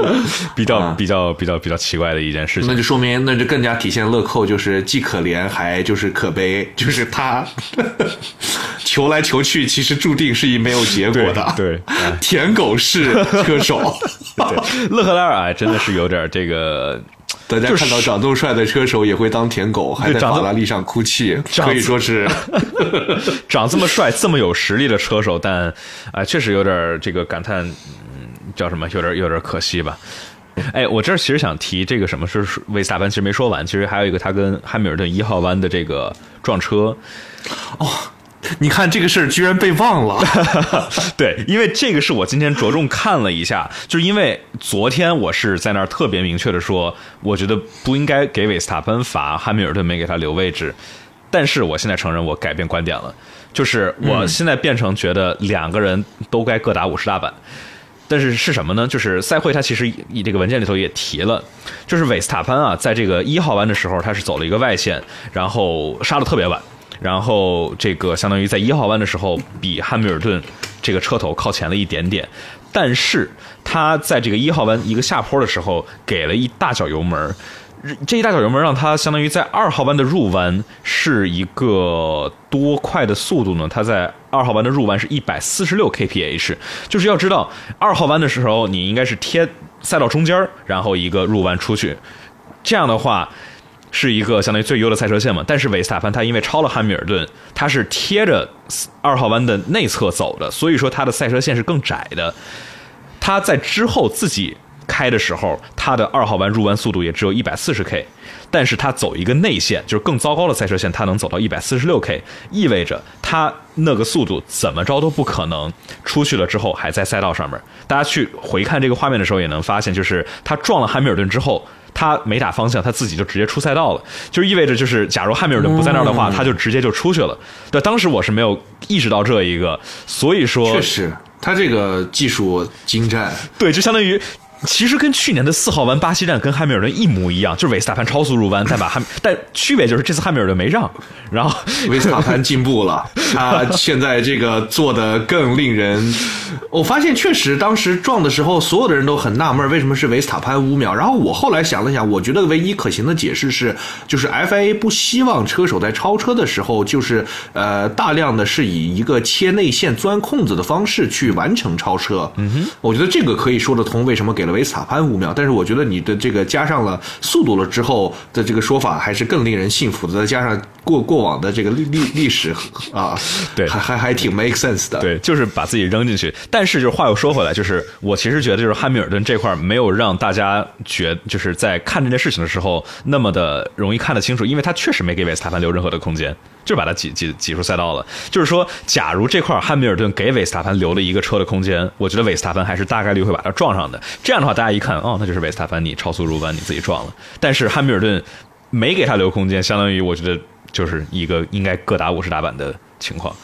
比较奇怪的一件事情。 那就说明，那就更加体现乐扣就是既可怜还就是可悲，就是他求来求去，其实注定是一没有结果的。 对， 舔狗式车手。 对，勒克莱尔真的是有点这个。 大家看到长这么帅的车手也会当舔狗，还在法拉利上哭泣，可以说是长这么帅、这么有实力的车手，但确实有点这个感叹，叫什么？有点可惜吧。我这儿其实想提这个什么是维斯塔潘，其实没说完，其实还有一个他跟汉密尔顿1号弯的这个撞车。 哦。你看这个事儿居然被忘了。 对，因为这个是我今天着重看了一下，就是因为昨天我是在那儿特别明确的说，我觉得不应该给维斯塔潘罚，汉密尔顿没给他留位置。但是我现在承认我改变观点了，就是我现在变成觉得两个人都该各打50大板。但是是什么呢？就是赛会他其实这个文件里头也提了，就是维斯塔潘啊，在这个1号弯的时候他是走了一个外线，然后刹得特别晚。然后这个相当于在1号弯的时候比汉密尔顿这个车头靠前了一点点，但是他在这个1号弯一个下坡的时候给了一大脚油门，这一大脚油门让他相当于在2号弯的入弯是一个多快的速度呢？他在2号弯的入弯是146 kph， 就是要知道2号弯的时候你应该是贴赛道中间，然后一个入弯出去，这样的话是一个相当于最优的赛车线嘛，但是维斯塔潘他因为超了汉密尔顿，他是贴着2号弯的内侧走的，所以说他的赛车线是更窄的。他在之后自己开的时候，他的2号弯入弯速度也只有140k， 但是他走一个内线，就是更糟糕的赛车线，他能走到146k， 意味着他那个速度怎么着都不可能出去了之后还在赛道上面。大家去回看这个画面的时候也能发现，就是他撞了汉密尔顿之后，他没打方向，他自己就直接出赛道了，就意味着就是假如汉密尔顿不在那儿的话，他就直接就出去了。对，当时我是没有意识到这一个，所以说确实他这个技术精湛， 对，就相当于其实跟去年的4号弯巴西站跟汉密尔顿一模一样，就是维斯塔潘超速入弯，但区别就是这次汉密尔顿没让，然后维斯塔潘进步了，他现在这个做的更令人，我发现确实当时撞的时候，所有的人都很纳闷为什么是维斯塔潘5秒，然后我后来想了想，我觉得唯一可行的解释是，就是 FIA 不希望车手在超车的时候，就是大量的是以一个切内线钻空子的方式去完成超车。我觉得这个可以说得通，为什么给了维斯塔潘5秒，但是我觉得你的这个加上了速度了之后的这个说法还是更令人信服的，再加上过往的这个历史啊， 对， 还挺 make sense 的。 对，就是把自己扔进去。但是就是话又说回来，就是我其实觉得就是汉密尔顿这块没有让大家就是在看这件事情的时候那么的容易看得清楚，因为他确实没给维斯塔潘留任何的空间，就是把他挤出赛道了。就是说，假如这块汉密尔顿给维斯塔潘留了一个车的空间，我觉得维斯塔潘还是大概率会把他撞上的。这样的话，大家一看，哦，那就是维斯塔潘你超速入弯，你自己撞了。但是汉密尔顿没给他留空间，相当于我觉得就是一个应该各打50大板的情况。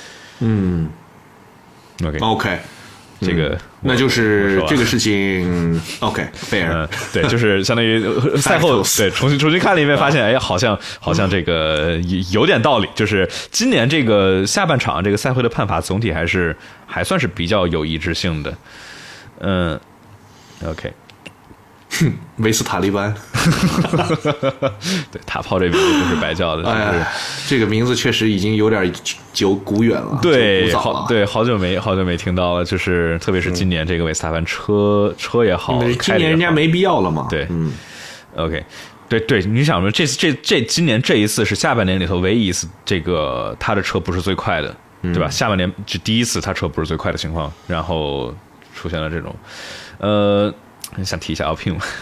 OK， 这个那就是这个事情 OK fair， 对，就是相当于赛后对重新看了一遍，发现好像这个有点道理。就是今年这个下半场这个赛会的判罚总体还算是比较有一致性的。OK。 维斯塔利班， 对，塔炮这名字不是白叫的， 哎呀，这个名字确实已经有点古远了， 对，好久没听到了，就是特别是今年这个维斯塔潘车也好， 今年人家没必要了嘛， 对，OK。对，你想说今年这一次是下半年里头唯一一次，这个他的车不是最快的，对吧？下半年就第一次他车不是最快的情况，然后出现了这种，想提一下 Alpine 吗？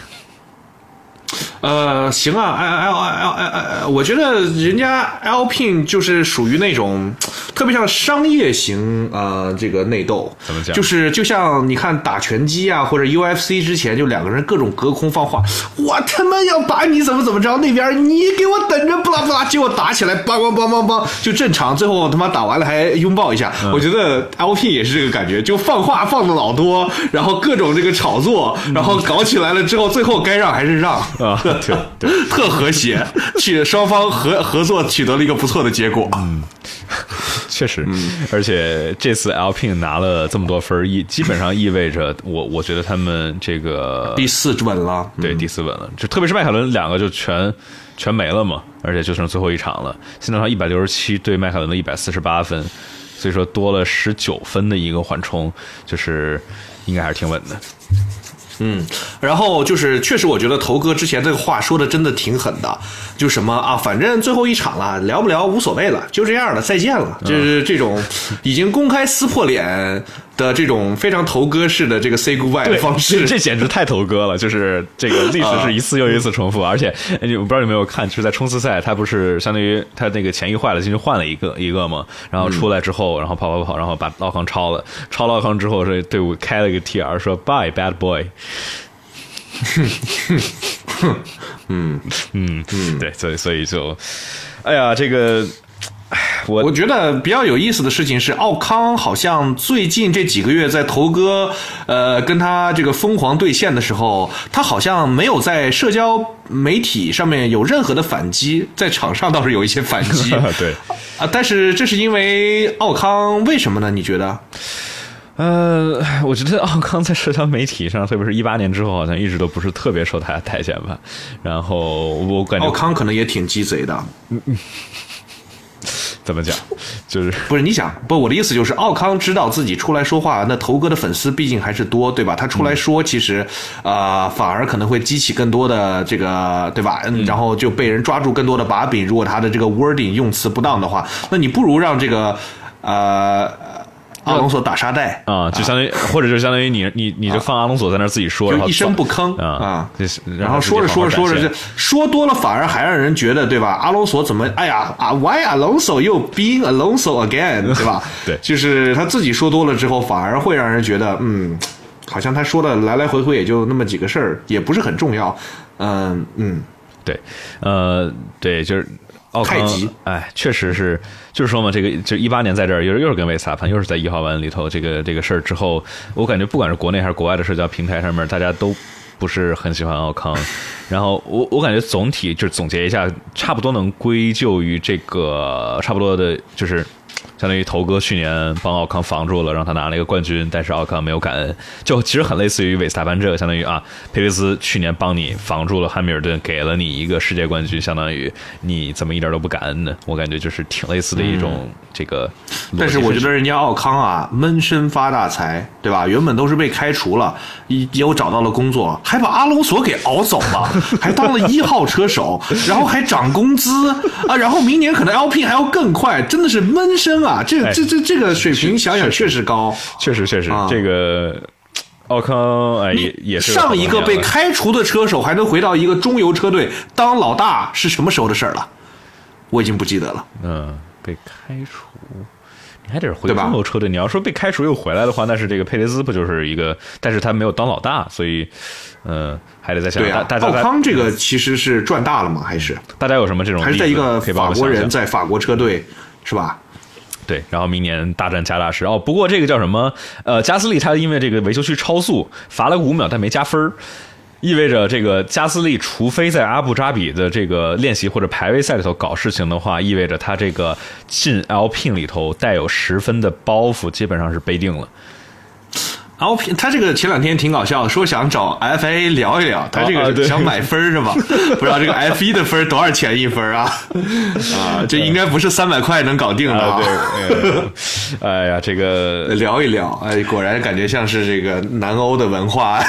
行啊，我觉得人家 Alpine 就是属于那种特别像商业型这个内斗， 怎么讲？ 就是就像你看打拳击啊，或者 UFC 之前就两个人各种隔空放话，我他妈要把你怎么着，那边你给我等着，不啦，结果打起来，梆就正常，最后他妈打完了还拥抱一下。我觉得 Alpine 也是这个感觉，就放话放的老多，然后各种这个炒作，然后搞起来了之后，最后该让还是让啊。对， 特和谐，双方合作取得了一个不错的结果。 确实，而且这次 Alpine 拿了这么多分，基本上意味着我觉得他们这个第4稳了， 对，第4稳了。就特别是迈凯伦两个就全没了嘛，而且就剩最后一场了。现在上167对迈凯伦的148分，所以说多了19分的一个缓冲，就是应该还是挺稳的。 然后就是确实我觉得头哥之前这个话说的真的挺狠的，就什么啊，反正最后一场了，聊不聊无所谓了，就这样了，再见了，就是这种已经公开撕破脸的这种非常头哥式的这个 say goodbye 的方式， 这简直太头哥了，就是这个历史是一次又一次重复，而且我不知道有没有看，就是在冲刺赛，他不是相当于他那个前翼坏了，进去换了一个嘛，然后出来之后，然后跑，然后把奥康超了奥康之后，这队伍开了一个 TR 说 Bye bad boy。对，所以就，哎呀，这个，我觉得比较有意思的事情是，奥康好像最近这几个月在头哥跟他这个疯狂对线的时候，他好像没有在社交媒体上面有任何的反击，在场上倒是有一些反击， 对但是这是因为奥康为什么呢？你觉得？ 我觉得奥康在社交媒体上，特别是18年之后，好像一直都不是特别受他待见吧。然后我感觉奥康可能也挺鸡贼的。 怎么讲？就是不是你想不？我的意思就是，奥康知道自己出来说话，那头哥的粉丝毕竟还是多，对吧？他出来说，其实反而可能会激起更多的这个，对吧？然后就被人抓住更多的把柄。如果他的这个 wording 用词不当的话，那你不如让这个阿隆索打沙袋啊，就相当于，或者就相当于你就放阿隆索在那儿自己说， 就一声不吭然后说着说多了，反而还让人觉得，对吧？阿隆索怎么，哎呀，Why Alonso 又 being Alonso again， 对吧？ 对， 就是他自己说多了之后，反而会让人觉得，好像他说的来回也就那么几个事儿，也不是很重要。 对，对，就是。奥康，哎，确实是，就是说嘛，这个就18年在这儿，又是跟维斯塔潘，又是在1号弯里头这个事儿之后，我感觉不管是国内还是国外的社交平台上面，大家都不是很喜欢奥康。然后我感觉总体就是总结一下，差不多能归咎于这个差不多的，就是相当于头哥去年帮奥康防住了，让他拿了一个冠军，但是奥康没有感恩，就其实很类似于维斯塔潘这个，相当于佩雷兹去年帮你防住了汉密尔顿，给了你一个世界冠军，相当于你怎么一点都不感恩呢？我感觉就是挺类似的一种这个。 但是我觉得人家奥康闷声发大财，对吧？原本都是被开除了，又找到了工作，还把阿隆索给熬走了，还当了1号车手，然后还涨工资然后明年可能 Alpine 还要更快，真的是闷声这个水平想想确实高， 确实这个奥康也是上一个被开除的车手还能回到一个中游车队当老大是什么时候的事儿了？我已经不记得了。 被开除，你还得回中游车队。你要说被开除又回来的话，那是这个佩雷兹不就是一个？但是他没有当老大，所以还得再想。 对奥康这个其实是赚大了吗？还是大家有什么这种？ 还是在一个法国人在法国车队是吧？ 对，然后明年大战加大师不过这个叫什么？加斯利他因为这个维修区超速罚了5秒，但没加分，意味着这个加斯利除非在阿布扎比的这个练习或者排位赛里头搞事情的话，意味着他这个进 Alpine 里头带有10分的包袱基本上是背定了。 Alpine 他这个前2天挺搞笑，说想找 FIA 聊一聊，他这个想买分是吧？不知道这个 F1 的分多少钱一分啊？这应该不是300块能搞定的啊！ 对，哎呀，这个聊一聊，果然感觉像是这个南欧的文化。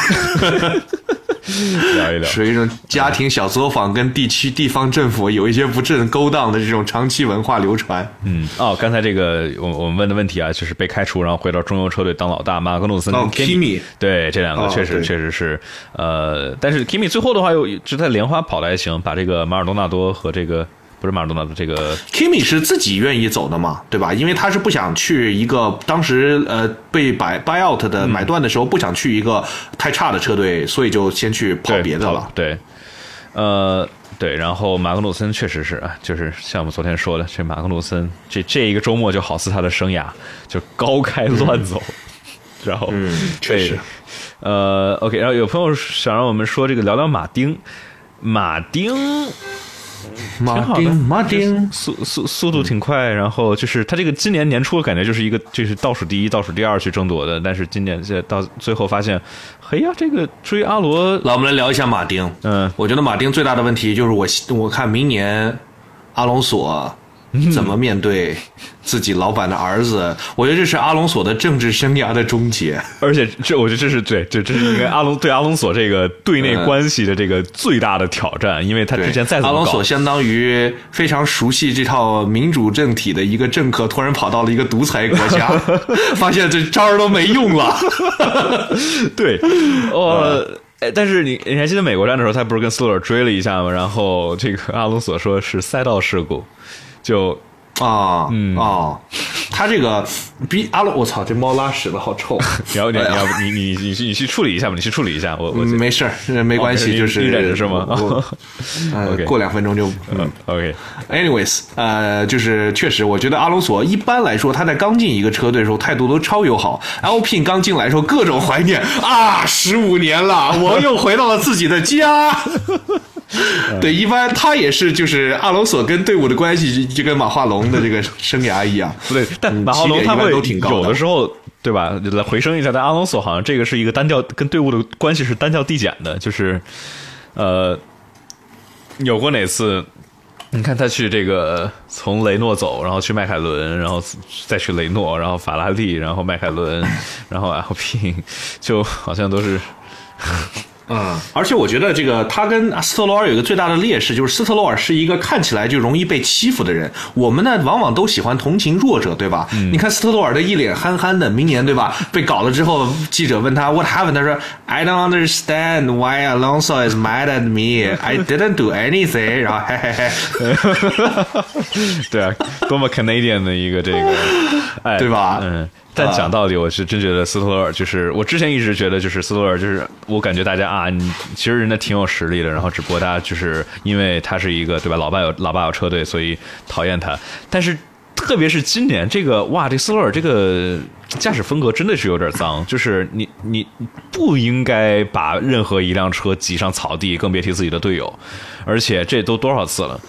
聊一聊， 属于一种家庭小作坊跟地方政府有一些不正勾当的这种长期文化流传。 刚才这个我们问的问题啊，就是被开除然后回到中游车队当老大，马格努森、 Kimi， 对，这两个确实是但是 Kimi 最后的话就在莲花跑的还行，把这个马尔多纳多和这个。不是马尔多纳多，这个 Kimi 是自己愿意走的嘛，对吧？因为他是不想去一个当时被buy out 的买断的时候，不想去一个太差的车队，所以就先去跑别的了。 对，对，然后马格努森确实是啊，就是像我们昨天说的，这马格努森这一个周末就好似他的生涯就高开乱走，然后确实 ，OK， 然后有朋友想让我们说这个聊聊马丁。马丁速度挺快，然后就是他这个今年年初感觉就是一个就是倒数第一、倒数第二去争夺的，但是今年到最后发现，嘿呀，这个追阿罗。 来，我们来聊一下马丁。我觉得马丁最大的问题就是我看明年阿隆索怎么面对自己老板的儿子？我觉得这是阿隆索的政治生涯的终结。 而且我觉得这是这是应该阿隆索这个对内关系的这个最大的挑战，因为他之前再怎么搞， 阿隆索相当于非常熟悉这套民主政体的一个政客，突然跑到了一个独裁国家，发现这招都没用了。 对，但是你还记得美国站的时候，他不是跟斯托尔追了一下吗？然后这个阿隆索说是赛道事故。就他这个比阿隆，我操，这猫拉屎了，好臭！ 你去处理一下吧，你去处理一下，我没事儿，没关系，就是你忍着是吗？ 过2分钟就 OK。 Anyways，就是确实，我觉得阿隆索一般来说，他在刚进一个车队的时候态度都超友好。Alpine 刚进来的时候，各种怀念啊，15年了，我又回到了自己的家。对，一般他也是，就是阿隆索跟队伍的关系就跟马化龙的这个生涯一样。 不对，但马化龙他会有的时候，对吧？来回升一下，但阿隆索好像这个是一个单调，跟队伍的关系是单调递减的，就是有过哪次？你看他去这个从雷诺走，然后去迈凯伦，然后再去雷诺，然后法拉利，然后迈凯伦，然后 Alpine， 就好像都是。 而且我觉得这个他跟斯特罗尔有一个最大的劣势，就是斯特罗尔是一个看起来就容易被欺负的人。我们呢往往都喜欢同情弱者，对吧？你看斯特罗尔的一脸憨憨的，明年对吧？被搞了之后，记者问他 What happened？ 他说 I don't understand why Alonso is mad at me. I didn't do anything. 然后嘿嘿嘿。 对啊，多么 Canadian 的一个这个， 对吧？ 但讲道理，我是真觉得斯托尔就是我之前一直觉得就是斯托尔就是我感觉大家其实人家挺有实力的，然后只不过大家就是因为他是一个对吧老爸有车队，所以讨厌他。但是特别是今年这个这斯托尔这个驾驶风格真的是有点脏，就是你不应该把任何一辆车挤上草地，更别提自己的队友，而且这都多少次了。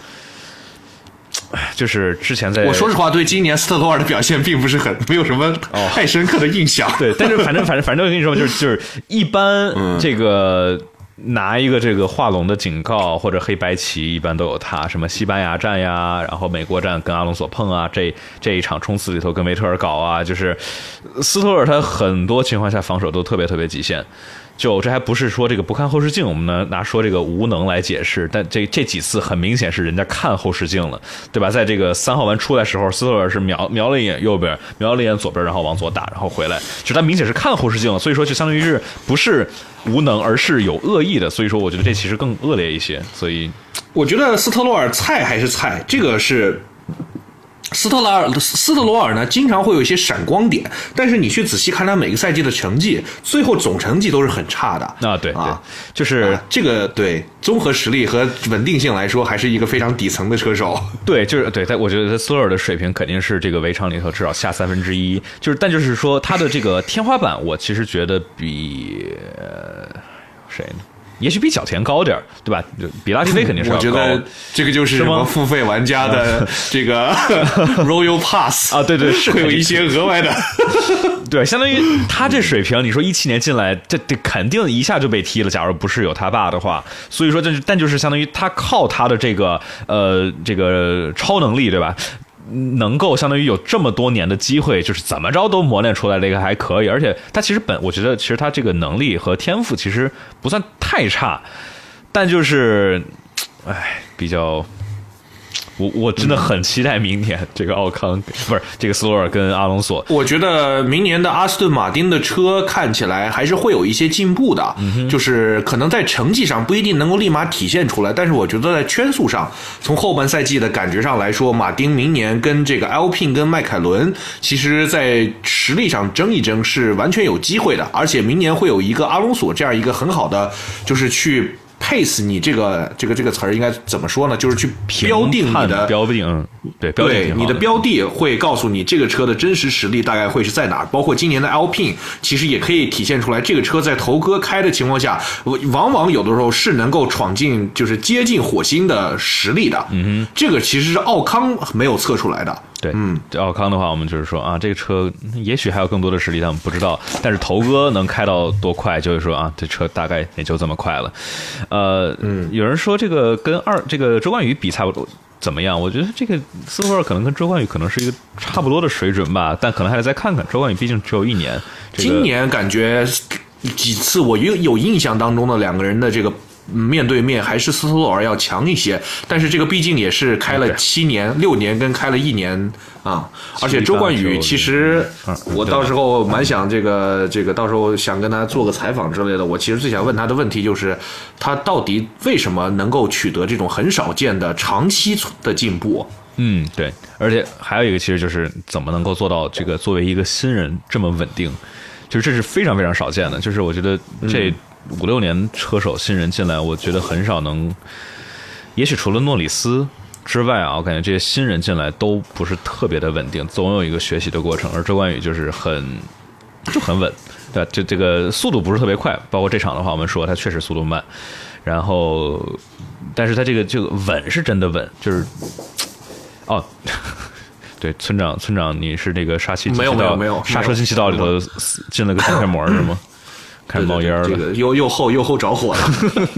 就是之前我说实话，对今年斯特罗尔的表现并不是没有什么太深刻的印象。 对，但是反正我跟你说，就是一般这个拿一个这个画龙的警告或者黑白旗，一般都有他，什么西班牙站呀，然后美国站跟阿隆索碰啊，这一场冲刺里头跟维特尔搞啊，就是斯托尔他很多情况下防守都特别特别极限。就这还不是说这个不看后视镜，我们呢拿说这个无能来解释，但这几次很明显是人家看后视镜了，对吧？在这个3号弯出来时候，斯托尔是瞄了一眼右边，瞄了一眼左边，然后往左打，然后回来，就他明显是看后视镜了，所以说就相当于是不是无能，而是有恶意的，所以说我觉得这其实更恶劣一些。所以我觉得斯特罗尔菜还是菜，这个是。斯特罗尔呢，经常会有一些闪光点，但是你去仔细看他每个赛季的成绩，最后总成绩都是很差的。 对，就是这个对综合实力和稳定性来说，还是一个非常底层的车手。 对，就是对，我觉得斯托尔的水平肯定是这个围场里头至少下1/3，但就是说他的这个天花板，我其实觉得比谁呢？ 也许比角田高点，对吧？比拉蒂菲肯定是要高。 我觉得这个就是什么付费玩家的这个 Royal Pass 啊，对对，是会有一些额外的。 对，相当于他这水平，你说17年进来，这肯定一下就被踢了。假如不是有他爸的话，所以说但就是相当于他靠他的这个超能力，对吧？能够相当于有这么多年的机会，就是怎么着都磨练出来的一个还可以，而且他其实我觉得其实他这个能力和天赋其实不算太差，但就是比较。我真的很期待明年这个奥康不是这个斯托尔跟阿隆索。 我觉得明年的阿斯顿马丁的车看起来还是会有一些进步的，就是可能在成绩上不一定能够立马体现出来，但是我觉得在圈速上，从后半赛季的感觉上来说，马丁明年跟这个 Alpine 跟迈凯伦，其实在实力上争一争是完全有机会的，而且明年会有一个阿隆索这样一个很好的，就是去。pace 你这个词儿应该怎么说呢？就是去标定你的标定，对，标定你的标的会告诉你这个车的真实实力大概会是在哪儿。包括今年的 Alpine， 其实也可以体现出来，这个车在头哥开的情况下，往往有的时候是能够闯进，就是接近火星的实力的。这个其实是奥康没有测出来的。 对，这奥康的话，我们就是说啊，这个车也许还有更多的实力，但我们不知道。但是头哥能开到多快，就是说啊，这车大概也就这么快了。有人说这个跟这个周冠宇比差不多怎么样？我觉得这个斯托尔可能跟周冠宇可能是一个差不多的水准吧，但可能还得再看看。周冠宇毕竟只有1年， 今年感觉几次我有印象当中的两个人的这个。面对面还是斯托尔要强一些，但是这个毕竟也是开了7年、6年，跟开了1年啊。而且周冠宇其实我到时候蛮想这个到时候想跟他做个采访之类的。我其实最想问他的问题就是，他到底为什么能够取得这种很少见的长期的进步？ 对，而且还有一个其实就是怎么能够做到这个作为一个新人这么稳定，就是这是非常非常少见的。就是我觉得这。5-6年车手新人进来，我觉得很少能，也许除了诺里斯之外啊，我感觉这些新人进来都不是特别的稳定，总有一个学习的过程。而周冠宇就是很稳，对吧？这个速度不是特别快，包括这场的话，我们说他确实速度慢，然后，但是他这个稳是真的稳，就是对，村长，你是这个杀车进气道里头进了个三片膜是吗？开始冒烟了， 这个又后着火了。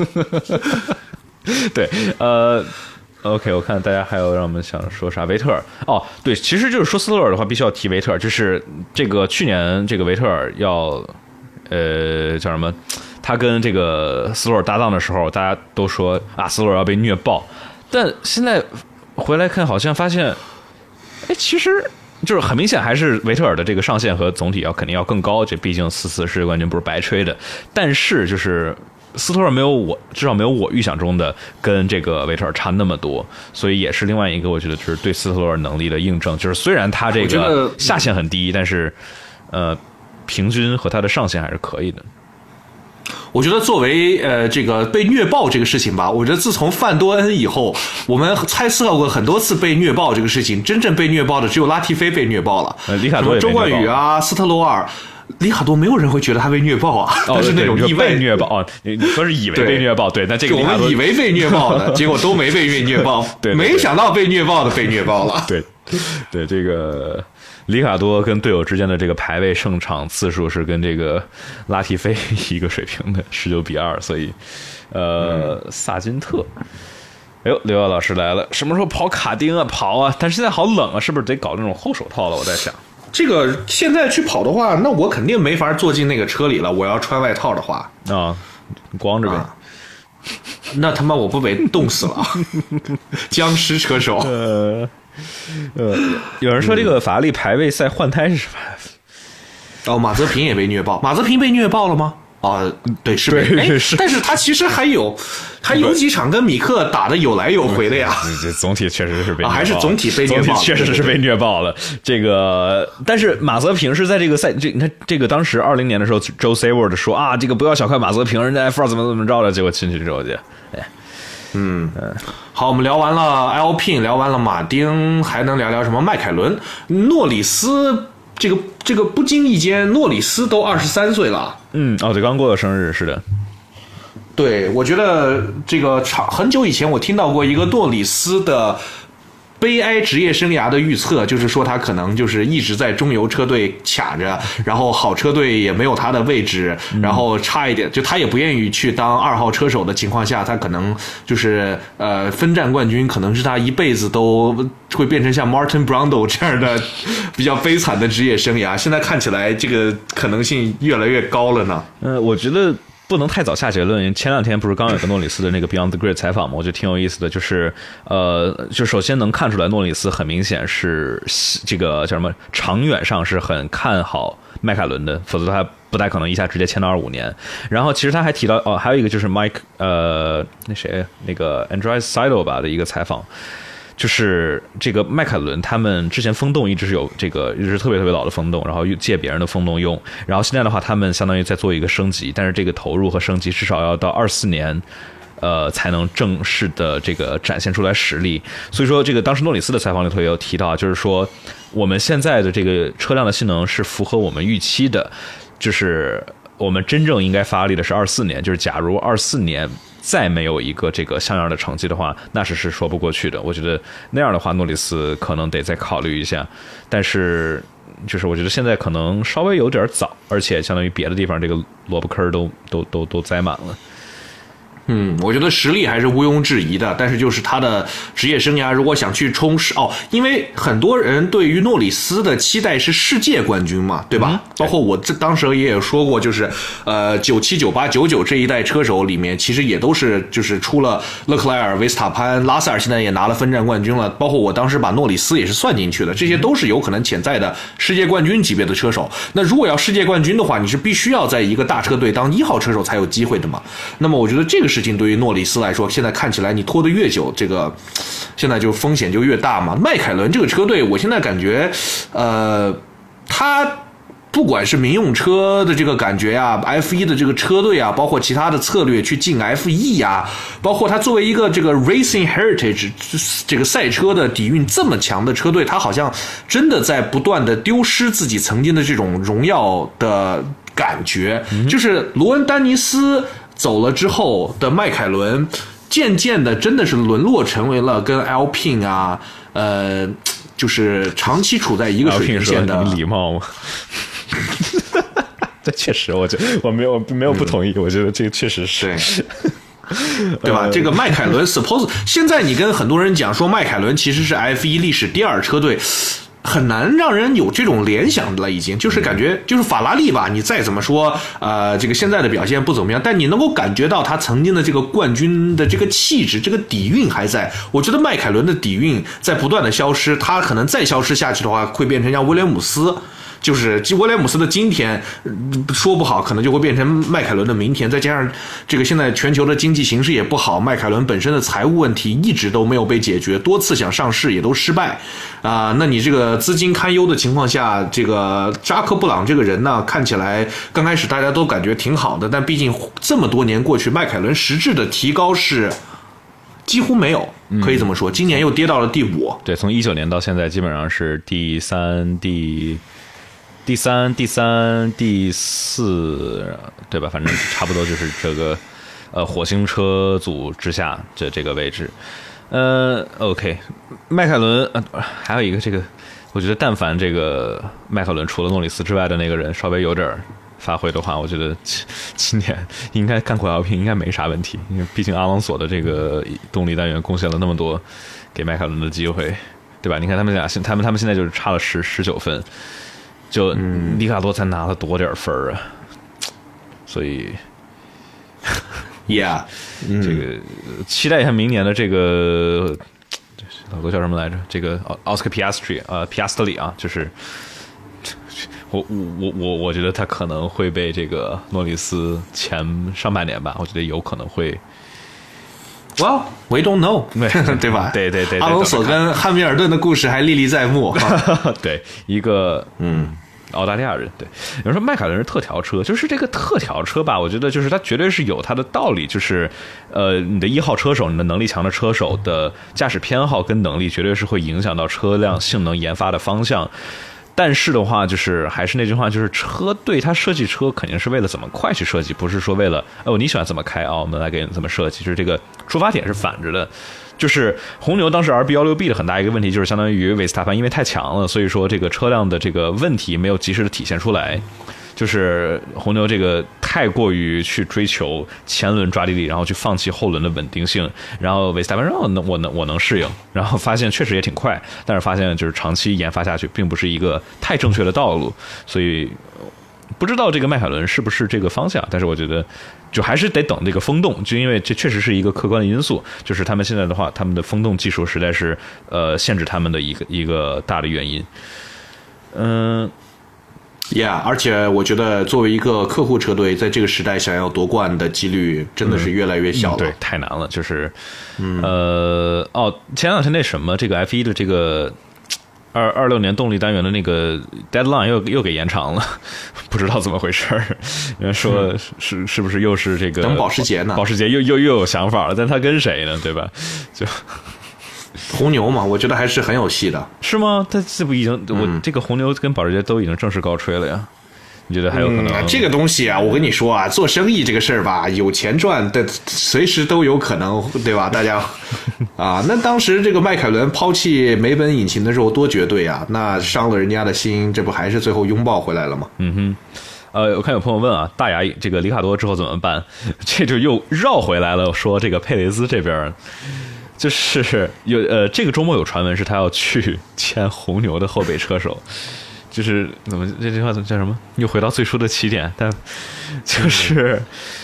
对，OK， 我看大家还有让我们想说啥？维特尔对，其实就是说斯托尔的话，必须要提维特尔，就是这个去年这个维特尔要叫什么？他跟这个斯托尔搭档的时候，大家都说啊，斯托尔要被虐爆，但现在回来看，好像发现，其实。就是很明显，还是维特尔的这个上限和总体肯定要更高。这毕竟4次世界冠军不是白吹的。但是就是斯托尔至少没有我预想中的跟这个维特尔差那么多，所以也是另外一个我觉得就是对斯托尔能力的印证。就是虽然他这个下限很低，但是平均和他的上限还是可以的。 我觉得作为这个被虐爆这个事情吧，我觉得自从范多恩以后，我们猜测过很多次被虐爆这个事情，真正被虐爆的只有拉蒂菲被虐爆了， 里卡多也被虐爆了， 周冠宇啊，斯特罗尔。里卡多没有人会觉得他被虐爆啊，他是那种意外虐爆你说是以为被虐爆，对，但这个我们以为被虐爆的，结果都没被虐爆， 对， 没想到被虐爆的被虐爆了， 对，这个里卡多跟队友之间的这个排位胜场次数是跟这个拉蒂菲一个水平的19-2，所以萨金特。哎呦，刘耀老师来了，什么时候跑卡丁啊？跑啊！但是现在好冷啊，是不是得搞那种厚手套了？我在想。 这个现在去跑的话，那我肯定没法坐进那个车里了。我要穿外套的话光着呗。 那他妈我不被冻死了？僵尸车手。 有人说这个法拉利排位赛换胎是什么？ 马泽平也被虐爆。马泽平被虐爆了吗？对，是被。但是他其实还有几场跟米克打的有来有回的呀。 这总体确实是被虐爆了， 还是总体被虐爆了， 确实是被虐爆了。这个，但是马泽平是在这个你看这个当时20年的时候 ，Joe Saward 说啊，这个不要小看马泽平，人家 F2怎么着的，结果进去之后就， 好，我们聊完了 Alpine， 聊完了马丁，还能聊聊什么？迈凯伦、诺里斯。这个不经意间，诺里斯都23岁了。 对，刚过了生日，是的。 对，我觉得这个很久以前我听到过一个诺里斯的悲哀职业生涯的预测，就是说他可能就是一直在中游车队卡着，然后好车队也没有他的位置，然后差一点就他也不愿意去当2号车手的情况下，他可能就是分站冠军可能是他一辈子都会变成像 Martin Brundle 这样的比较悲惨的职业生涯。现在看起来这个可能性越来越高了呢。 我觉得不能太早下结论。前2天不是刚有个诺里斯的那个 Beyond the Grid 采访嘛，我觉得挺有意思的，就是就首先能看出来诺里斯很明显是这个叫什么，长远上是很看好迈凯伦的，否则他不太可能一下直接签到25年。然后其实他还提到还有一个就是 Mike 那个 Andreas Seidel 吧的一个采访。就是这个迈凯伦，他们之前风洞一直是有这个，一直是特别特别老的风洞，然后借别人的风洞用。然后现在的话，他们相当于在做一个升级，但是这个投入和升级至少要到24年，才能正式的这个展现出来实力。所以说，这个当时诺里斯的采访里头也有提到，就是说我们现在的这个车辆的性能是符合我们预期的，就是我们真正应该发力的是24年，就是假如24年。再没有一个这个像样的成绩的话，那是说不过去的。我觉得那样的话，诺里斯可能得再考虑一下。但是，就是我觉得现在可能稍微有点早，而且相当于别的地方这个萝卜坑都栽满了。 我觉得实力还是毋庸置疑的，但是就是他的职业生涯如果想去冲因为很多人对于诺里斯的期待是世界冠军嘛，对吧？包括我当时也有说过，就是97、98、99这一代车手里面，其实也都是就是出了勒克莱尔、维斯塔潘、拉塞尔，现在也拿了分站冠军了，包括我当时把诺里斯也是算进去的，这些都是有可能潜在的世界冠军级别的车手。那如果要世界冠军的话，你是必须要在一个大车队当1号车手才有机会的嘛。那么我觉得这个事情对于诺里斯来说，现在看起来你拖得越久，这个现在就风险就越大嘛。迈凯伦这个车队，我现在感觉，他不管是民用车的这个感觉呀 ，F1 的这个车队啊，包括其他的策略去进 F1 呀，包括他作为一个这个 Racing Heritage 这个赛车的底蕴这么强的车队，他好像真的在不断的丢失自己曾经的这种荣耀的感觉，就是罗恩丹尼斯走了之后的迈凯伦，渐渐的真的是沦落成为了跟 Alpine 啊，就是长期处在一个水平线的。 Alpine 说你礼貌吗？这确实，我没有不同意，我觉得这个确实是。 对吧？这个迈凯伦 suppose 现在你跟很多人讲说迈凯伦其实是 F1 历史第2车队。很难让人有这种联想了，已经就是感觉就是法拉利吧，你再怎么说这个现在的表现不怎么样，但你能够感觉到他曾经的这个冠军的这个气质，这个底蕴还在。我觉得迈凯伦的底蕴在不断的消失，他可能再消失下去的话，会变成像威廉姆斯。就是威廉姆斯的今天说不好可能就会变成迈凯伦的明天，再加上这个现在全球的经济形势也不好，迈凯伦本身的财务问题一直都没有被解决，多次想上市也都失败那你这个资金堪忧的情况下，这个扎克布朗这个人呢，看起来刚开始大家都感觉挺好的，但毕竟这么多年过去，迈凯伦实质的提高是几乎没有，可以这么说，今年又跌到了第5。 对，从19年到现在基本上是第3、第4，对吧？反正差不多就是这个火星车组之下这个位置。OK， 迈凯伦还有一个这个，我觉得但凡这个迈凯伦除了诺里斯之外的那个人稍微有点发挥的话，我觉得今年应该干过Alpine应该没啥问题，因为毕竟阿隆索的这个动力单元贡献了那么多给迈凯伦的机会，对吧？你看他们俩，他们现在就是差了19分。就里卡多才拿了多点分啊，所以 ，Yeah， 这个期待一下明年的这个老哥叫什么来着？这个奥斯卡皮亚斯特里啊，就是我觉得他可能会被这个诺里斯上半年吧，我觉得有可能会。 Well, we don't know， 对吧？ 对， 阿隆索跟汉密尔顿的故事还历历在目。 对，一个澳大利亚人。对，有人说迈凯伦是特调车，就是这个特调车吧，我觉得就是它绝对是有它的道理，就是你的1号车手，你的能力强的车手的驾驶偏好跟能力绝对是会影响到车辆性能研发的方向。 但是的话，就是还是那句话，就是车队它设计车肯定是为了怎么快去设计，不是说为了你喜欢怎么开啊，我们来给你怎么设计，就是这个出发点是反着的。就是红牛当时 RB16B 的很大一个问题，就是相当于维斯塔潘因为太强了，所以说这个车辆的这个问题没有及时的体现出来。就是红牛这个太过于去追求前轮抓地力，然后去放弃后轮的稳定性，然后维斯塔潘说我能适应，然后发现确实也挺快，但是发现就是长期研发下去并不是一个太正确的道路，所以不知道这个迈凯伦是不是这个方向，但是我觉得就还是得等这个风洞，就因为这确实是一个客观的因素，就是他们现在的话，他们的风洞技术实在是限制他们的一个大的原因。 而且我觉得作为一个客户车队，在这个时代想要夺冠的几率真的是越来越小了。 对，太难了。就是前两天那什么，这个 F1 的这个26年动力单元的那个 deadline 又给延长了，不知道怎么回事。有人说是不是又是这个等保时捷呢？ 保时捷又有想法了，但他跟谁呢？对吧？就。 红牛嘛，我觉得还是很有戏的。 是吗？他这不已经我这个红牛跟保时捷都已经正式告吹了呀？你觉得还有可能？ 这个东西啊，我跟你说啊，做生意这个事儿吧，有钱赚的随时都有可能，对吧？大家啊，那当时这个迈凯伦抛弃梅奔引擎的时候多绝对啊，那伤了人家的心，这不还是最后拥抱回来了吗？ 我看有朋友问啊，大牙这个里卡多之后怎么办？这就又绕回来了，说这个佩雷兹这边。就是这个周末有传闻是他要去签红牛的后备车手，就是怎么这句话叫什么？又回到最初的起点，但就是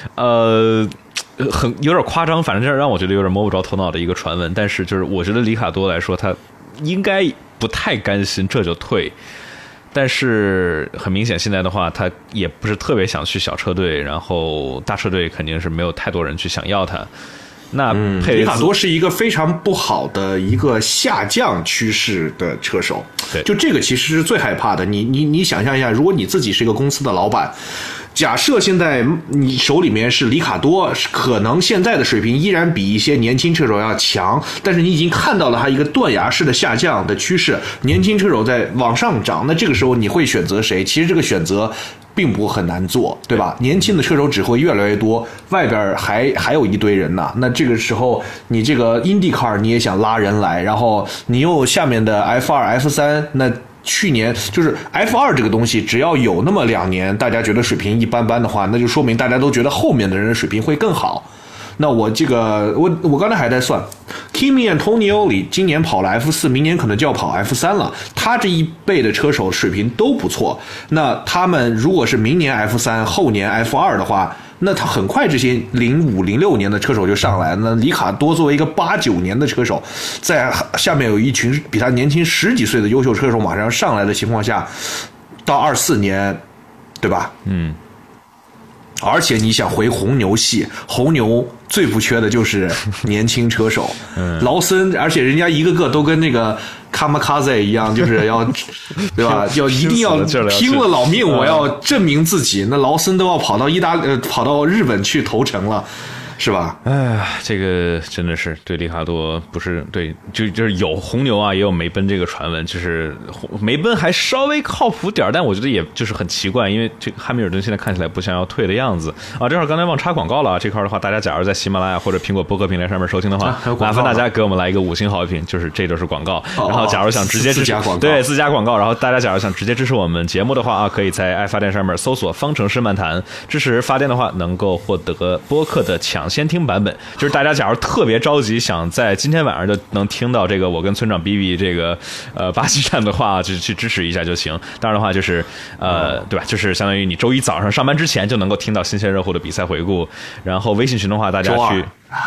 很有点夸张，反正这让我觉得有点摸不着头脑的一个传闻。但是就是我觉得里卡多来说，他应该不太甘心这就退，但是很明显现在的话，他也不是特别想去小车队，然后大车队肯定是没有太多人去想要他。那里卡多是一个非常不好的一个下降趋势的车手， 对， 就这个其实是最害怕的。你想象一下，如果你自己是一个公司的老板，假设现在你手里面是里卡多，可能现在的水平依然比一些年轻车手要强，但是你已经看到了他一个断崖式的下降的趋势，年轻车手在往上涨，那这个时候你会选择谁？其实这个选择并不很难做，对吧？年轻的车手只会越来越多，外边还有一堆人呢。那这个时候，你这个 IndyCar 你也想拉人来，然后你又下面的 F2、F3，那去年就是 F2 这个东西，只要有那么2年，大家觉得水平一般般的话，那就说明大家都觉得后面的人的水平会更好。那我刚才还在算 Kimi Antonelli 今年跑了 F4， 明年可能就要跑 F3 了。他这一辈的车手水平都不错。那他们如果是明年 F3 后年 F2 的话，那他很快这些05、06年的车手就上来。那里卡多作为一个89年的车手，在下面有一群比他年轻10几岁的优秀车手马上上来的情况下，到24年，对吧？而且你想回红牛系，红牛最不缺的就是年轻车手。劳森，而且人家一个个都跟那个卡马卡塞一样，就是要，对吧？一定要拼了老命，我要证明自己。那劳森都要跑到日本去投诚了。是吧？ 哎，这个真的是对里卡多不是对，就是有红牛啊，也有梅奔这个传闻，就是梅奔还稍微靠谱点，但我觉得也就是很奇怪，因为这个汉密尔顿现在看起来不像要退的样子啊。这会儿刚才忘插广告了啊，这块的话，大家假如在喜马拉雅或者苹果播客平台上面收听的话，麻烦大家给我们来一个5星好评，就是这就是广告。然后假如想直接支持对自家广告，然后大家假如想直接支持我们节目的话啊，可以在爱发电上面搜索方程式漫谈，支持发电的话能够获得播客的抢先听版本，就是大家假如特别着急想在今天晚上就能听到这个我跟村长比比这个巴西站的话，就去支持一下就行。当然的话就是对吧，就是相当于你周一早上上班之前就能够听到新鲜热乎的比赛回顾。然后微信群的话大家去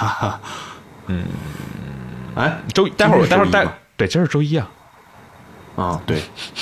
待会儿对，今儿是周一啊。 对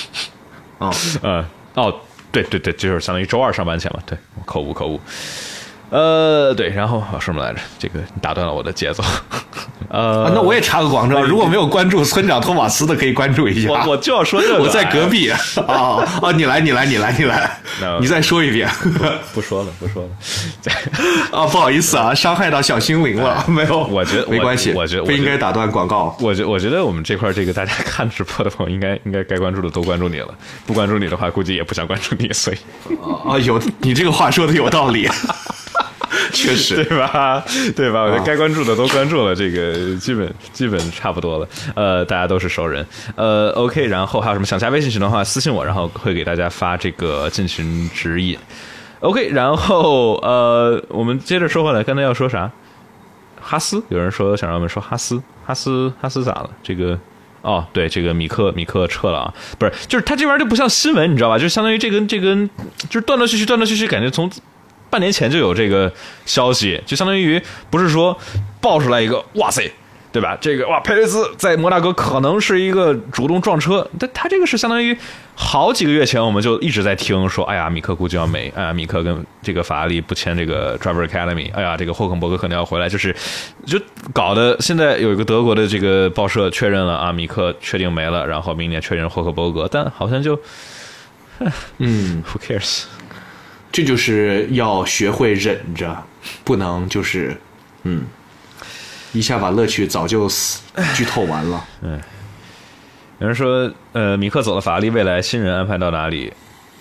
对，就是相当于周二上班前嘛。对，口误。对，然后说什么来着？这个你打断了我的节奏。 那我也插个广告，如果没有关注村长托马斯的，可以关注一下。 我就要说这个， 我在隔壁。你来，你再说一遍。 不说了。 不好意思啊，伤害到小心灵了。没有， 我觉得没关系， 我觉得不应该打断广告。 我觉得我们这块这个大家看直播的朋友，应该该关注的都关注你了，不关注你的话，估计也不想关注你，所以你这个话说的有道理。确实， 对吧？我觉得该关注的都关注了，这个基本差不多了。大家都是熟人。OK， 然后还有什么想加微信群的话，私信我，然后会给大家发这个进群指引。OK， 然后我们接着说回来，刚才要说啥？哈斯，有人说想让我们说哈斯咋了？这个。对，这个米克撤了啊，不是，就是他这玩意儿就不像新闻，你知道吧？就相当于这跟就是断断续续，感觉从半年前就有这个消息，就相当于不是说爆出来一个哇塞，对吧？这个佩雷兹在摩纳哥可能是一个主动撞车，但他这个是相当于好几个月前我们就一直在听说，哎呀，米克估计要没，哎呀，米克跟这个法拉利不签这个 Driver Academy， 哎呀，这个霍肯伯格可能要回来，就搞得现在有一个德国的这个报社确认了啊，米克确定没了，然后明年确认霍肯伯格，但好像就，who cares？ 这就是要学会忍着，不能就是一下把乐趣早就剧透完了。 有人说，米克走了，法拉利未来新人安排到哪里？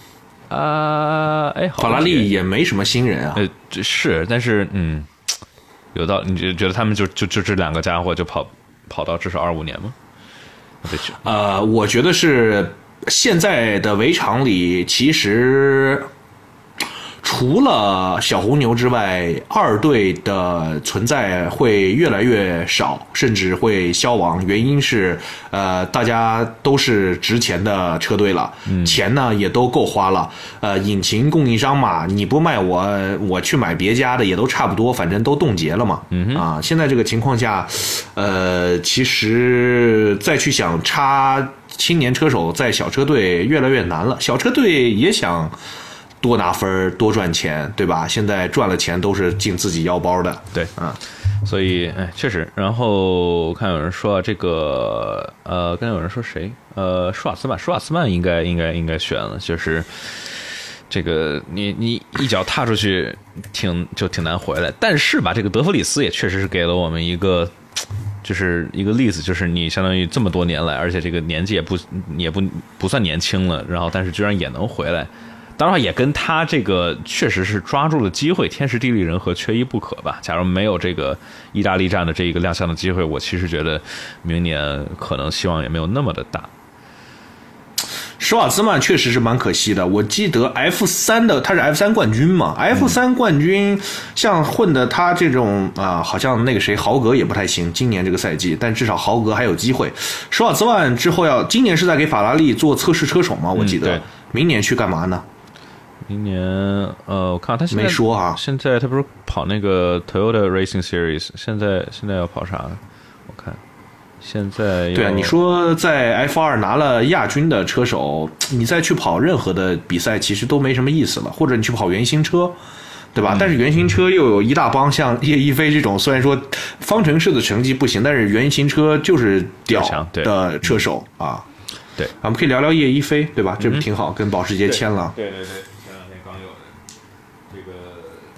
法拉利也没什么新人啊。 是，但是有道理，你觉得他们就这两个家伙就跑到至少25年吗？ 我觉得是现在的围场里，其实除了小红牛之外，二队的存在会越来越少，甚至会消亡。原因是，大家都是值钱的车队了，钱呢也都够花了。引擎供应商嘛，你不卖我去买别家的也都差不多，反正都冻结了嘛。现在这个情况下，其实再去想插青年车手在小车队越来越难了。小车队也想多拿分多赚钱，对吧？现在赚了钱都是进自己腰包的。 对，所以确实。然后我看有人说这个刚才有人说谁？舒瓦茨曼应该选了，就是这个你一脚踏出去挺难回来。但是吧，这个德弗里斯也确实是给了我们一个。就是一个例子，就是你相当于这么多年来，而且这个年纪也不算年轻了，然后但是居然也能回来，当然也跟他这个确实是抓住了机会，天时地利人和缺一不可吧。假如没有这个意大利站的这一个亮相的机会，我其实觉得明年可能希望也没有那么的大。 施瓦兹曼确实是蛮可惜的，我记得 F3 的他是 F3 冠军嘛，F3 冠军像混的他这种好像那个谁豪格也不太行，今年这个赛季，但至少豪格还有机会。施瓦兹曼之后今年是在给法拉利做测试车手嘛，我记得，明年去干嘛呢？ 明年我看他现在没说啊， 现在他不是跑那个 Toyota Racing Series， 现在要跑啥呢？我看。现在对啊，你说在 F2 拿了亚军的车手，你再去跑任何的比赛，其实都没什么意思了。或者你去跑原型车，对吧？但是原型车又有一大帮像叶一飞这种，虽然说方程式的成绩不行，但是原型车就是屌的车手啊。 对， 我们可以聊聊叶一飞，对吧？这不挺好，跟保时捷签了。 对，前两天刚有的这个。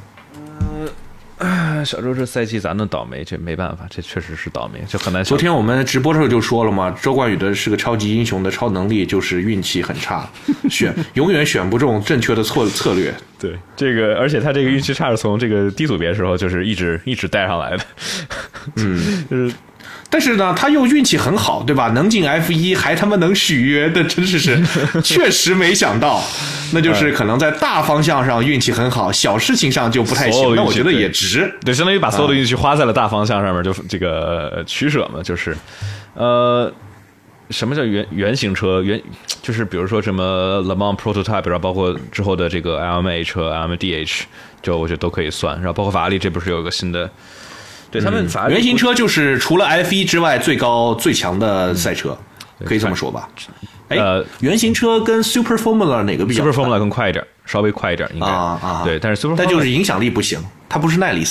小周这赛季咱能倒霉，这没办法，这确实是倒霉，就很难。 昨天我们直播的时候就说了嘛，周冠宇的是个超级英雄的超能力，就是运气很差，永远选不中正确的策略。 对，这个而且他这个运气差是从这个低组别的时候就是一直带上来的，就是。 但是呢，他又运气很好，对吧？能进 F1 还他妈能续约，那真是确实没想到。那就是可能在大方向上运气很好，小事情上就不太行。那我觉得也值， 对，相当于把所有的运气花在了大方向上面，就这个取舍嘛，就是什么叫原型车？就是比如说什么 Le Mans Prototype， 然后包括之后的这个 LMA 车、LMDH， 就我觉得都可以算。然后包括法拉利这不是有一个新的。对他们原型车就是除了 F1 之外最高最强的赛车，可以这么说吧？原型车跟 Super Formula 哪个比较 ？Super Formula 更快一点，稍微快一点，应该对，但是 Super Formula 但就是影响力不行，它不是耐力赛。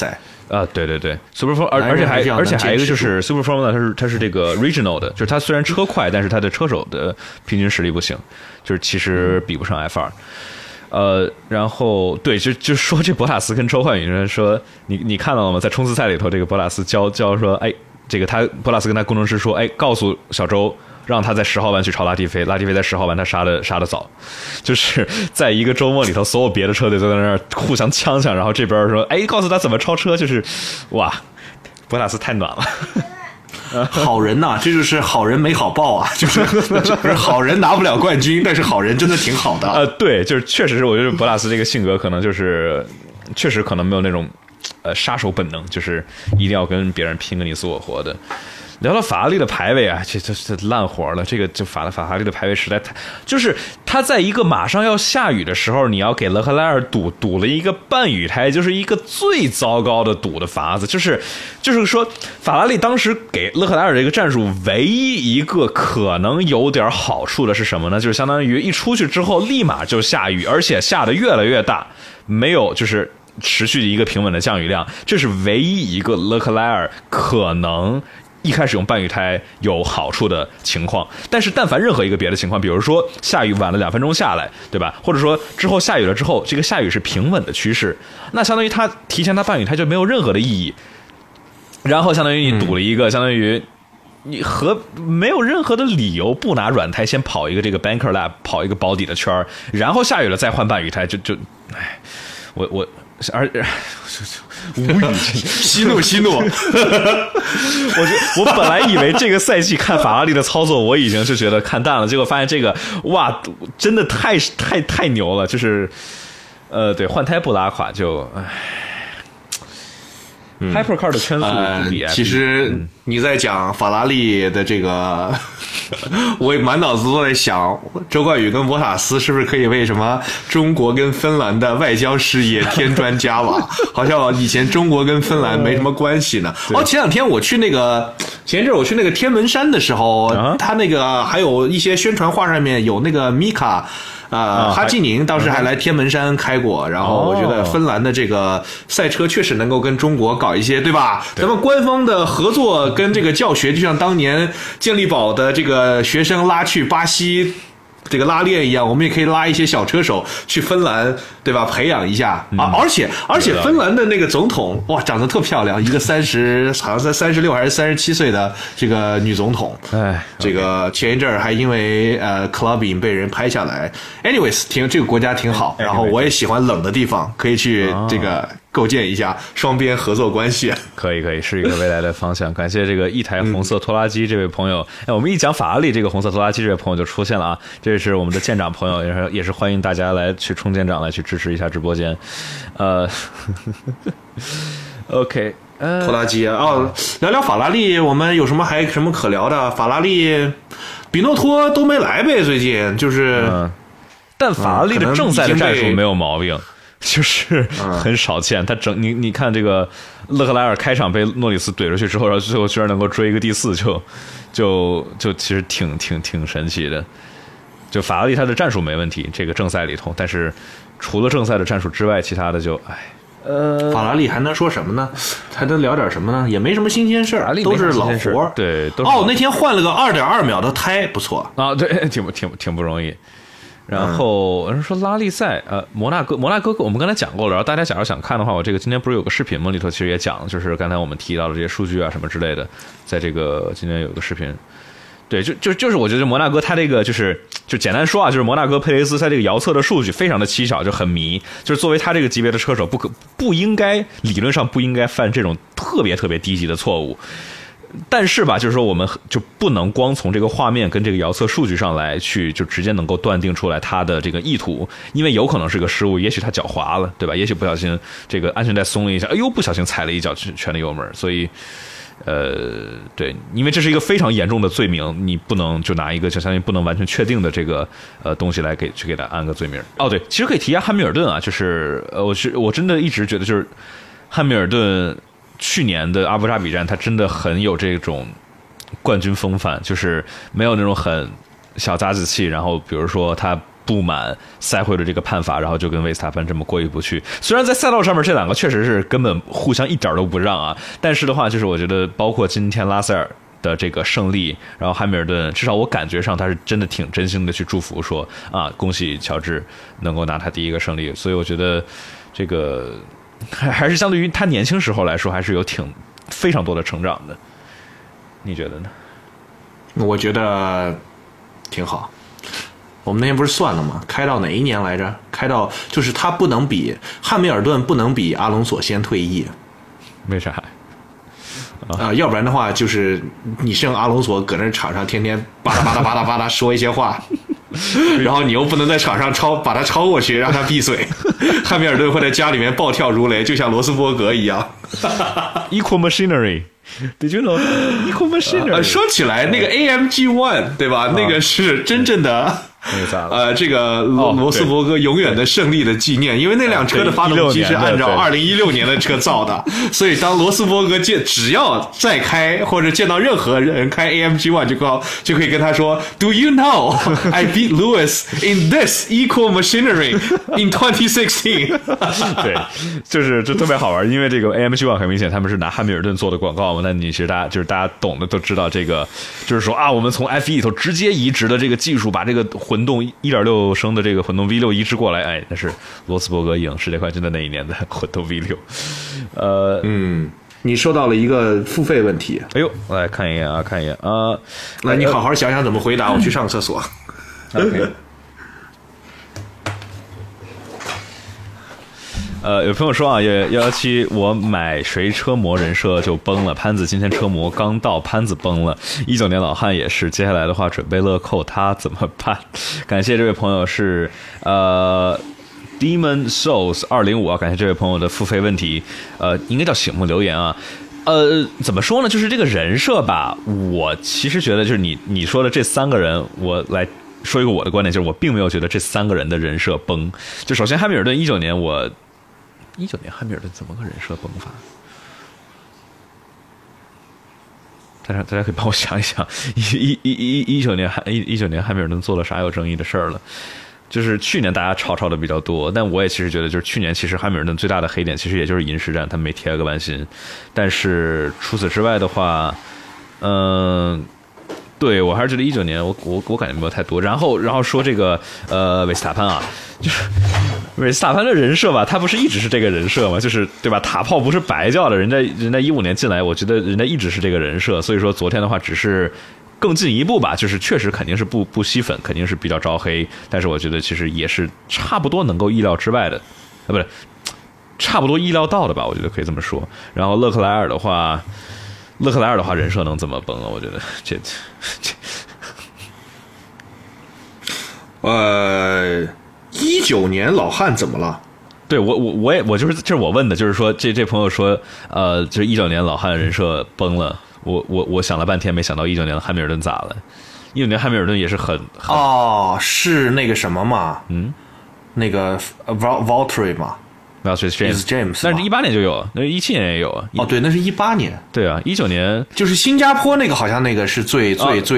对对对 ，Super Formula，而且还有一个就是 Super Formula， 它是这个 regional 的，就是它虽然车快，但是它的车手的平均实力不行，就是其实比不上 F2。然后对，就说这博塔斯跟周焕宇说，你看到了吗？在冲刺赛里头，这个博塔斯教说，哎，这个博塔斯跟他工程师说，哎，告诉小周，让他在10号弯去超拉蒂菲，拉蒂菲在10号弯他杀的早，就是在一个周末里头，所有别的车队都在那儿互相呛，然后这边说，哎，告诉他怎么超车，就是哇，博塔斯太暖了。 好人呐，这就是好人没好报啊，就是好人拿不了冠军，但是好人真的挺好的。 对，就是确实是，我觉得博塔斯这个性格可能就是确实可能没有那种杀手本能，就是一定要跟别人拼个你死我活的。聊到法拉利的排位啊，这烂活了。这个就法拉利的排位实在太，就是他在一个马上要下雨的时候，你要给勒克莱尔堵了一个半雨胎，就是一个最糟糕的堵的法子。就是说，法拉利当时给勒克莱尔这个战术唯一一个可能有点好处的是什么呢？就是相当于一出去之后立马就下雨，而且下得越来越大，没有就是持续一个平稳的降雨量，这是唯一一个勒克莱尔可能一开始用半雨胎有好处的情况。但是但凡任何一个别的情况，比如说下雨晚了2分钟下来，对吧？或者说之后下雨了之后，这个下雨是平稳的趋势，那相当于他提前他半雨胎就没有任何的意义。然后相当于你堵了一个，相当于你没有任何的理由不拿软胎先跑一个这个 banker lap， 跑一个保底的圈，然后下雨了再换半雨胎，哎，我无语， 息怒。 我本来以为这个赛季看法拉利的操作，我已经是觉得看淡了，结果发现这个哇，真的太牛了，就是对，换胎不拉垮就Hypercar 的圈速不比其实你在讲法拉利的这个，我满脑子都在想，周冠宇跟博塔斯是不是可以为什么中国跟芬兰的外交事业添砖加瓦？好像以前中国跟芬兰没什么关系呢。前一阵我去那个天门山的时候，他那个还有一些宣传画上面有那个米卡。哈基宁当时还来天门山开过，然后我觉得芬兰的这个赛车确实能够跟中国搞一些，对吧？咱们官方的合作跟这个教学，就像当年健力宝的这个学生拉去巴西这个拉练一样，我们也可以拉一些小车手去芬兰，对吧？培养一下啊！而且芬兰的那个总统哇，长得特漂亮，一个好像在36还是37岁的这个女总统。这个前一阵儿还因为clubbing 被人拍下来。anyways， 这个国家挺好，然后我也喜欢冷的地方，可以去这个构建一下双边合作关系。 可以，是一个未来的方向。感谢这个一台红色拖拉机这位朋友。我们一讲法拉利这个红色拖拉机，这位朋友就出现了啊！这是我们的舰长朋友，也是欢迎大家来去冲舰长来去支持一下直播间。OK， 拖拉机聊聊法拉利，我们有什么可聊的？法拉利、比诺托都没来呗，最近就是。 但法拉利的正赛的战术没有毛病。就是很少见，他你看这个勒克莱尔开场被诺里斯怼出去之后，然后最后居然能够追一个第4，就其实挺神奇的。就法拉利他的战术没问题，这个正赛里头，但是除了正赛的战术之外，其他的就法拉利还能说什么呢？还能聊点什么呢？也没什么新鲜事儿，都是老活。 对， 那天换了个2.2秒的胎，不错啊，对，挺不容易。然后有人说拉力赛，摩纳哥，我们刚才讲过了。然后大家假如想看的话，我这个今天不是有个视频吗？里头其实也讲，就是刚才我们提到的这些数据啊什么之类的，在这个今天有个视频。对，就是我觉得摩纳哥它这个就简单说啊，就是摩纳哥佩雷斯它这个遥测的数据非常的蹊跷，就很迷。就是作为他这个级别的车手，不应该理论上不应该犯这种特别低级的错误。但是吧，就是说我们就不能光从这个画面跟这个遥测数据上来去就直接能够断定出来他的这个意图，因为有可能是个失误，也许他脚滑了，对吧？也许不小心这个安全带松了一下，哎呦，不小心踩了一脚全的油门，所以对，因为这是一个非常严重的罪名，你不能就拿一个就相当于不能完全确定的这个东西来给他按个罪名。对，其实可以提一下汉密尔顿啊，就是我真的一直觉得就是汉密尔顿。去年的阿布扎比站，他真的很有这种冠军风范，就是没有那种很小家子气，然后比如说他不满赛会的这个判罚，然后就跟维斯塔潘这么过意不去。虽然在赛道上面这两个确实是根本互相一点都不让啊，但是的话就是我觉得包括今天拉塞尔的这个胜利，然后汉密尔顿至少我感觉上他是真的挺真心的去祝福说啊，恭喜乔治能够拿他第一个胜利，所以我觉得这个还是相对于他年轻时候来说还是有非常多的成长的，你觉得呢？ 我觉得挺好。我们那天不是算了吗？开到哪一年来着？开到就是他不能比汉密尔顿不能比阿隆索先退役。 为啥？ 要不然的话，就是你像阿隆索搁那场上天天巴拉巴拉巴拉巴拉说一些话，然后你又不能在场上把他超过去，让他闭嘴。汉密尔顿会在家里面暴跳如雷，就像罗斯伯格一样。 Equal machinery。Did you know equal machinery？ 说起来，那个 AMG One 对吧？那个是真正的。这个罗斯伯格永远的胜利的纪念，因为那辆车的发动机是按照2016年的车造的，所以当罗斯伯格只要再开或者见到任何人开 AMG One 就可以跟他说 ，Do you know I beat Lewis in this equal machinery in 2016？ 对，就是这特别好玩，因为这个 AMG One 很明显他们是拿汉密尔顿做的广告嘛，那你其实大家懂的都知道，这个就是说啊，我们从 F1 里头直接移植的这个技术，把这个混动 1.6 升的这个混动 V6 移植过来，哎，那是罗斯伯格赢世界冠军的那一年的混动 V6。 你说到了一个付费问题， 哎呦，来看一眼啊， 来，你好好想想怎么回答，我去上厕所。 OK。有朋友说啊，117我买谁车模人设就崩了，潘子今天车模刚到，潘子崩了，19年老汉也是，接下来的话准备乐扣他怎么办？感谢这位朋友是Demon Souls 205啊，感谢这位朋友的付费问题，应该叫醒目留言啊。怎么说呢？就是这个人设吧，我其实觉得就是你说的这三个人，我来说一个我的观点，就是我并没有觉得这三个人的人设崩。就首先汉密尔顿19年汉密尔顿怎么个人设崩法？大家可以帮我想一想，19年汉密尔顿做了啥有争议的事儿了？就是去年大家吵的比较多，但我也其实觉得，就是去年其实汉密尔顿最大的黑点其实也就是银石战，他没贴了个完心。但是除此之外的话，对，我还是觉得19年我感觉没有太多。然后说这个维斯塔潘啊，就是维斯塔潘的人设吧，他不是一直是这个人设嘛，就是对吧？塔炮不是白叫的，人家15年进来，我觉得人家一直是这个人设，所以说昨天的话只是更进一步吧，就是确实肯定是不吸粉，肯定是比较招黑，但是我觉得其实也是差不多能够意料之外的，不是差不多意料到的吧，我觉得可以这么说。然后勒克莱尔的话人设能怎么崩啊？我觉得这 19年老汉怎么了？ 对我就是这是我问的，就是说这朋友说就是19年老汉人设崩了，我想了半天没想到19年的汉密尔顿咋了？19年汉密尔顿也是很是那个什么嘛，那个 Valtteri 嘛。James， 但是18年就有了，那17年也有啊。 对，那是18年。 对啊，19年就是新加坡那个，好像那个是最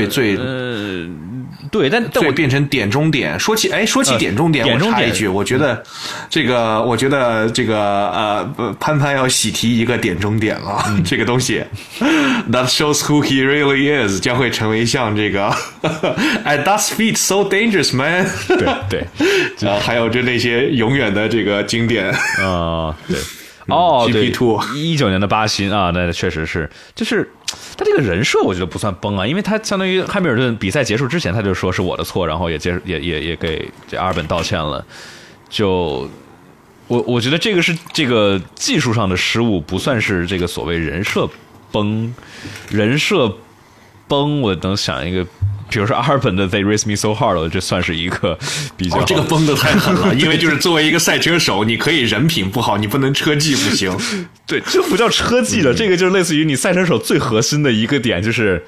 对，但我变成点中点。说起点中点，我插一句，我觉得这个潘要喜提一个点中点了，这个东西 ，That shows who he really is， 将会成为像这个 At that speed so dangerous man， 对， 还有就那些永远的这个经典对。对 ，19年的巴辛啊，那确实是，就是他这个人设，我觉得不算崩啊，因为他相当于汉密尔顿比赛结束之前，他就说是我的错，然后也给这阿尔本道歉了。就我觉得这个是这个技术上的失误，不算是这个所谓人设崩。人设崩，我能想一个。比如说阿尔本的 They Race Me So Hard， 这算是一个比较这个崩的太狠了，因为就是作为一个赛车手，你可以人品不好，你不能车技不行。 对，这不叫车技了，这个就是类似于你赛车手最核心的一个点，就是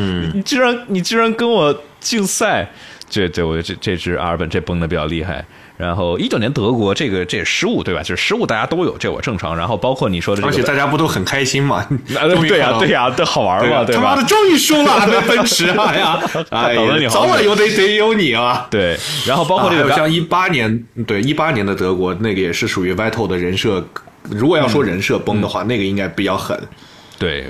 你居然跟我竞赛，我觉得这只阿尔本这崩的比较厉害。 然后19年德国这也失误对吧？就是失误大家都有，这我正常。然后包括你说的这个， 而且大家不都很开心嘛？ 对呀，都好玩嘛，对吧？ 他妈的，终于输了，那奔驰啊呀！哎呀，早晚得有你啊！ 对，然后包括这个像18年的德国那个也是属于 Vettel 的人设，如果要说人设崩的话，那个应该比较狠。 对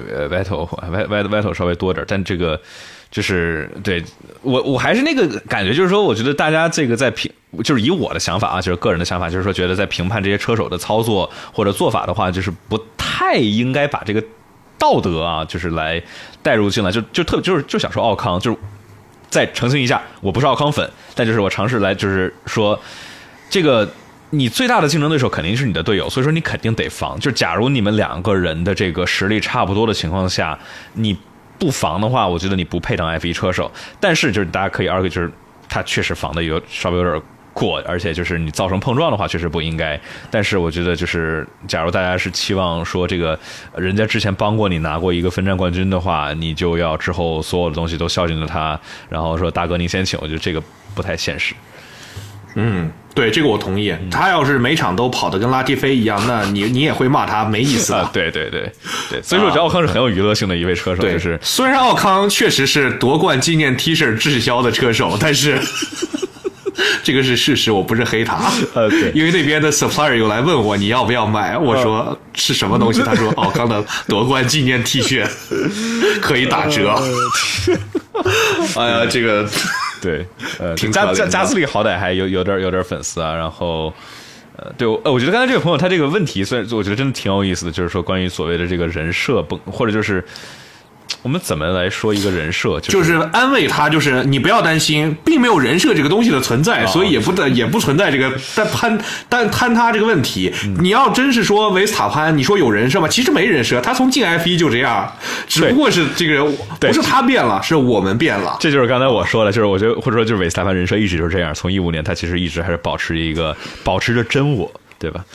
，Vettel 稍微多点，但这个就是对我还是那个感觉，就是说，我觉得大家这个在就是以我的想法啊，就是个人的想法，就是说，觉得在评判这些车手的操作或者做法的话，就是不太应该把这个道德啊，就是来带入进来，就想说奥康，就是再澄清一下，我不是奥康粉，但就是我尝试来就是说这个。你最大的竞争对手肯定是你的队友，所以说你肯定得防。就假如你们2个人的这个实力差不多的情况下，你不防的话，我觉得你不配当 F1 车手。但是就是大家可以argue，就是他确实防的稍微有点过，而且就是你造成碰撞的话，确实不应该。但是我觉得就是，假如大家是期望说这个人家之前帮过你拿过一个分站冠军的话，你就要之后所有的东西都孝敬着他，然后说大哥您先请，我觉得这个不太现实。 对，这个我同意。他要是每场都跑得跟拉蒂菲一样，那你也会骂他没意思的。 对，所以说我觉得奥康是很有娱乐性的一位车手。就是虽然奥康确实是夺冠纪念 T 恤滞销的车手，但是这个是事实，我不是黑他。 对， 因为那边的 supplier 有来问我你要不要买，我说是什么东西？他说奥康的夺冠纪念 T 恤可以打折。哎呀，这个。 对，加斯利好歹还有点粉丝啊，然后，对，我觉得刚才这个朋友他这个问题，虽然我觉得真的挺有意思的，就是说关于所谓的这个人设崩，或者就是我们怎么来说一个人设， 就是安慰他，就是你不要担心，并没有人设这个东西的存在，所以也不存在这个坍塌这个问题。你要真是说维斯塔潘，你说有人设吗？其实没人设，他从进 F1 就这样，只不过是这个人不是他变了，是我们变了。 这就是刚才我说的，就是我觉得或者说就是维斯塔潘人设一直就是这样，从15年他其实一直还是保持着真我，对吧？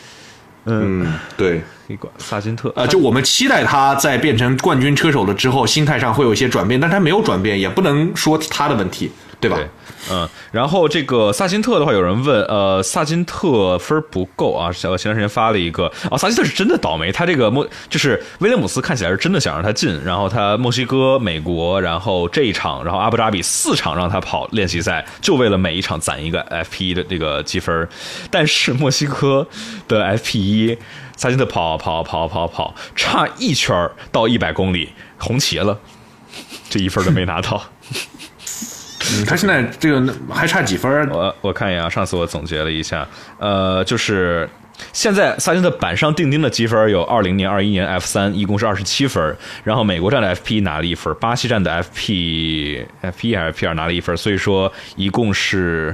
对。 萨金特就我们期待他在变成冠军车手了之后，心态上会有一些转变，但他没有转变，也不能说他的问题，对吧？ 对，然后这个萨金特的话，有人问，萨金特分不够啊。前段时间发了一个，萨金特是真的倒霉，他这个就是威廉姆斯看起来是真的想让他进，然后他墨西哥、美国，然后这一场，然后阿布扎比4场让他跑练习赛，就为了每一场攒一个 FP1 的这个积分，但是墨西哥的 FP1。萨金特跑，差1圈到100公里，红旗了，这1分都没拿到。 他现在这个还差几分？ 我看一眼啊，上次我总结了一下，就是现在萨金特板上钉钉的积分有20年、21年 F3，一共是27分，然后美国站的 FP 拿了1分，巴西站的 FP1 还是 F2 拿了1分，所以说一共是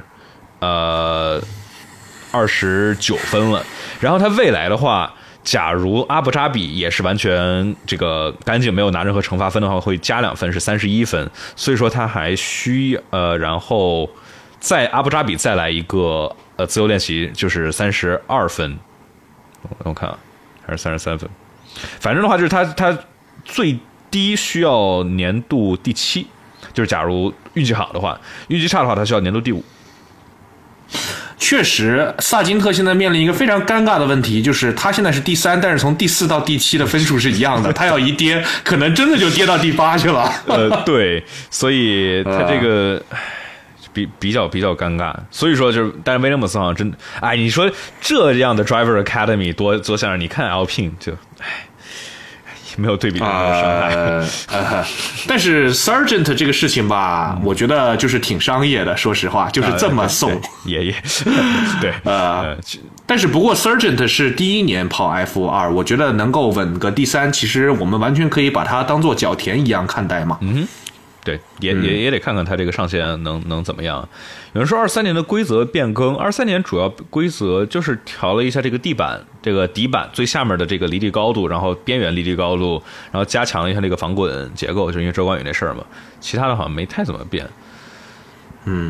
29分了。然后他未来的话，假如阿布扎比也是完全这个干净，没有拿任何惩罚分的话，会加2分，是31分。所以说他还需然后在阿布扎比再来一个自由练习，就是32分。我看还是33分。反正的话就是他最低需要年度第7，就是假如运气好的话，运气差的话他需要年度第5。 确实，萨金特现在面临一个非常尴尬的问题，就是他现在是第3，但是从第4到第7的分数是一样的，他要一跌，可能真的就跌到第8去了。 对，所以他这个比较尴尬。所以说就是，但是威廉姆斯好像真，你说这样的 Driver Academy 多像是你看 Alpine 就，没有对比，没有伤害。 但是 Sargent 这个事情吧，我觉得就是挺商业的，说实话，就是这么送， 也对， 但是不过 Sargent 是第1年跑 F2，我觉得能够稳个第3，其实我们完全可以把它当做角田一样看待嘛。 对，也得看看他这个上限能怎么样。有人说23年的规则变更，23年主要规则就是调了一下这个底板最下面的这个离地高度，然后边缘离地高度，然后加强了一下这个防滚结构，就是因为周冠宇那事儿嘛。其他的好像没太怎么变。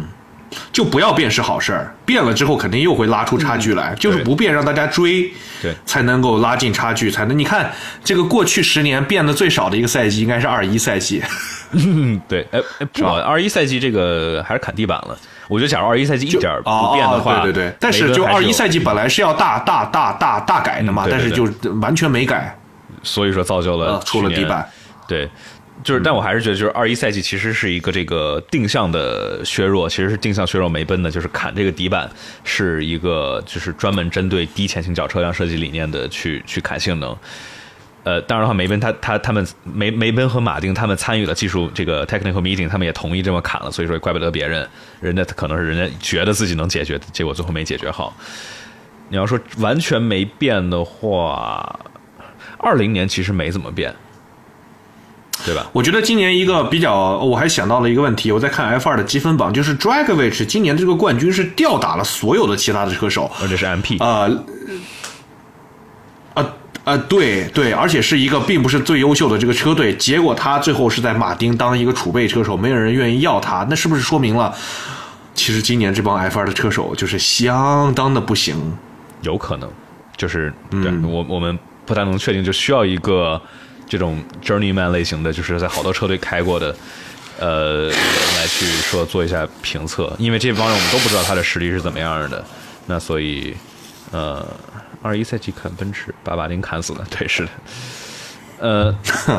就不要变是好事儿，变了之后肯定又会拉出差距来，就是不变让大家追， 对， 才能够拉近差距，才能。你看这个过去10年变得最少的一个赛季应该是21赛季， 对，不，21赛季这个还是砍地板了。我觉得假如21赛季一点不变的话， 对，但是就21赛季本来是要大改的嘛，但是就完全没改， 所以说造就了出了地板， 对。就是，但我还是觉得，就是21赛季其实是一个这个定向的削弱，其实是定向削弱梅奔的，就是砍这个底板是一个就是专门针对低前倾角车辆设计理念的去砍性能。当然的话，梅奔他们梅奔和马丁他们参与了技术这个 technical meeting， 他们也同意这么砍了，所以说也怪不得别人，人家可能是人家觉得自己能解决，结果最后没解决好。你要说完全没变的话，20年其实没怎么变。对吧？ 我觉得今年一个比较，我还想到了一个问题，我在看 F2 的积分榜，就是 Dragovic 今年的这个冠军是吊打了所有的其他的车手， 而且是 MP， 对，而且是一个并不是最优秀的这个车队，结果他最后是在马丁当一个储备车手，没有人愿意要他，那是不是说明了，其实今年这帮 F2 的车手就是相当的不行？有可能，就是对我们不太能确定，就需要一个。这种 journeyman 类型的，就是在好多车队开过的，人来去说做一下评测，因为这帮人我们都不知道他的实力是怎么样的，那所以，21赛季砍奔驰，把马丁砍死了，对，是的，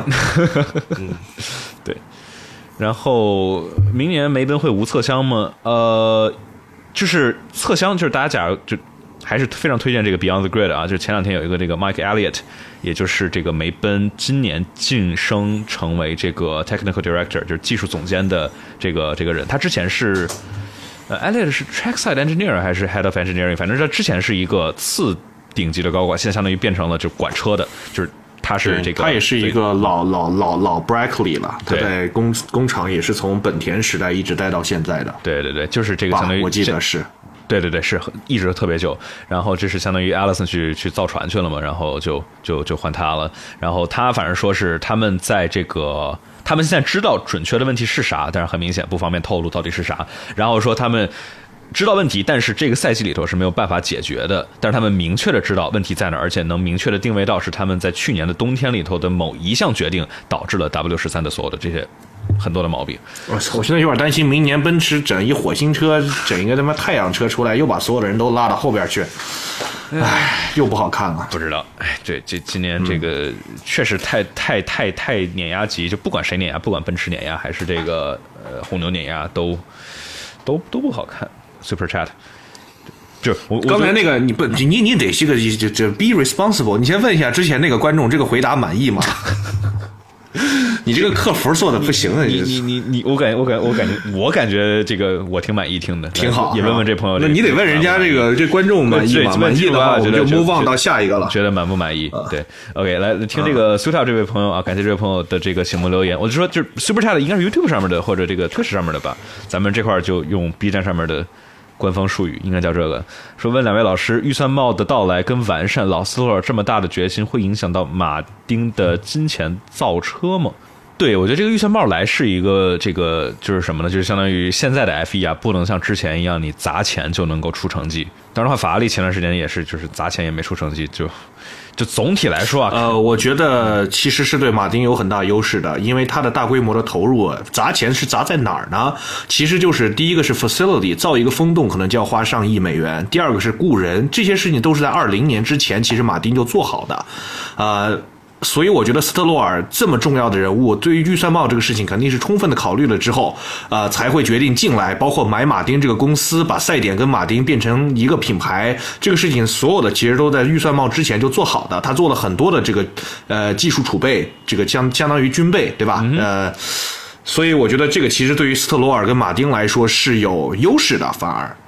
对，然后明年梅奔会无侧箱吗？就是侧箱，就是大家假如就。还是非常推荐这个 Beyond the Grid 啊，就是前2天有一个这个 Mike Elliott， 也就是这个梅奔今年晋升成为这个 Technical Director， 就是技术总监的这个人。他之前是Elliott 是 Trackside Engineer 还是 Head of Engineering， 反正他之前是一个次顶级的高管，现在相当于变成了就管车的，就是他是这个， 他也是一个老 Brackley 了，他在工厂也是从本田时代一直待到现在的。 对，就是这个相当于我记得是。 对，是一直特别久，然后这是相当于 Allison 去造船去了嘛，然后就换他了，然后他反正说是他们在这个他们现在知道准确的问题是啥，但是很明显不方便透露到底是啥，然后说他们知道问题，但是这个赛季里头是没有办法解决的，但是他们明确的知道问题在哪儿，而且能明确的定位到是他们在去年的冬天里头的某一项决定导致了 W13 的所有的这些很多的毛病。 我现在有点担心明年奔驰整一火星车，整一个他妈太阳车出来，又把所有的人都拉到后边去，又不好看了。 不知道，这今年这个确实太碾压级，就不管谁碾压，不管奔驰碾压还是这个红牛碾压，都不好看。Super Chat。就是我刚才那个你得是个这 be responsible， 你先问一下之前那个观众这个回答满意吗？你这个客服做的不行啊！ 我感觉这个我挺满意听的， 挺好。 也问问这朋友， 那你得问人家这观众满意吗？满意的话，我们就 move on 到下一个了。 觉得满不满意？对 ，OK， 来听这个 Suta 这位朋友啊，感谢这位朋友的这个醒目留言。我就说，就是 Super Chat 应该是 YouTube 上面的或者这个 Twitch 上面的吧，咱们这块就用 B 站上面的。官方术语应该叫这个。说问两位老师，预算帽的到来跟完善，老斯托尔这么大的决心会影响到马丁的金钱造车吗？对，我觉得这个预算帽来是一个这个就是什么呢？就是相当于现在的 F1 啊，不能像之前一样你砸钱就能够出成绩。当然的话，法拉利前段时间也是，就是砸钱也没出成绩，就总体来说啊， 我觉得其实是对马丁有很大优势的，因为它的大规模的投入，砸钱是砸在哪儿呢？其实就是第一个是 facility， 造一个风洞可能就要花上亿美元，第二个是雇人，这些事情都是在20年之前，其实马丁就做好的，所以我觉得斯特洛尔这么重要的人物，对于预算帽这个事情肯定是充分的考虑了之后，才会决定进来，包括买马丁这个公司，把赛点跟马丁变成一个品牌，这个事情所有的其实都在预算帽之前就做好的，他做了很多的这个技术储备，这个相当于军备，对吧？所以我觉得这个其实对于斯特罗尔跟马丁来说是有优势的，反而。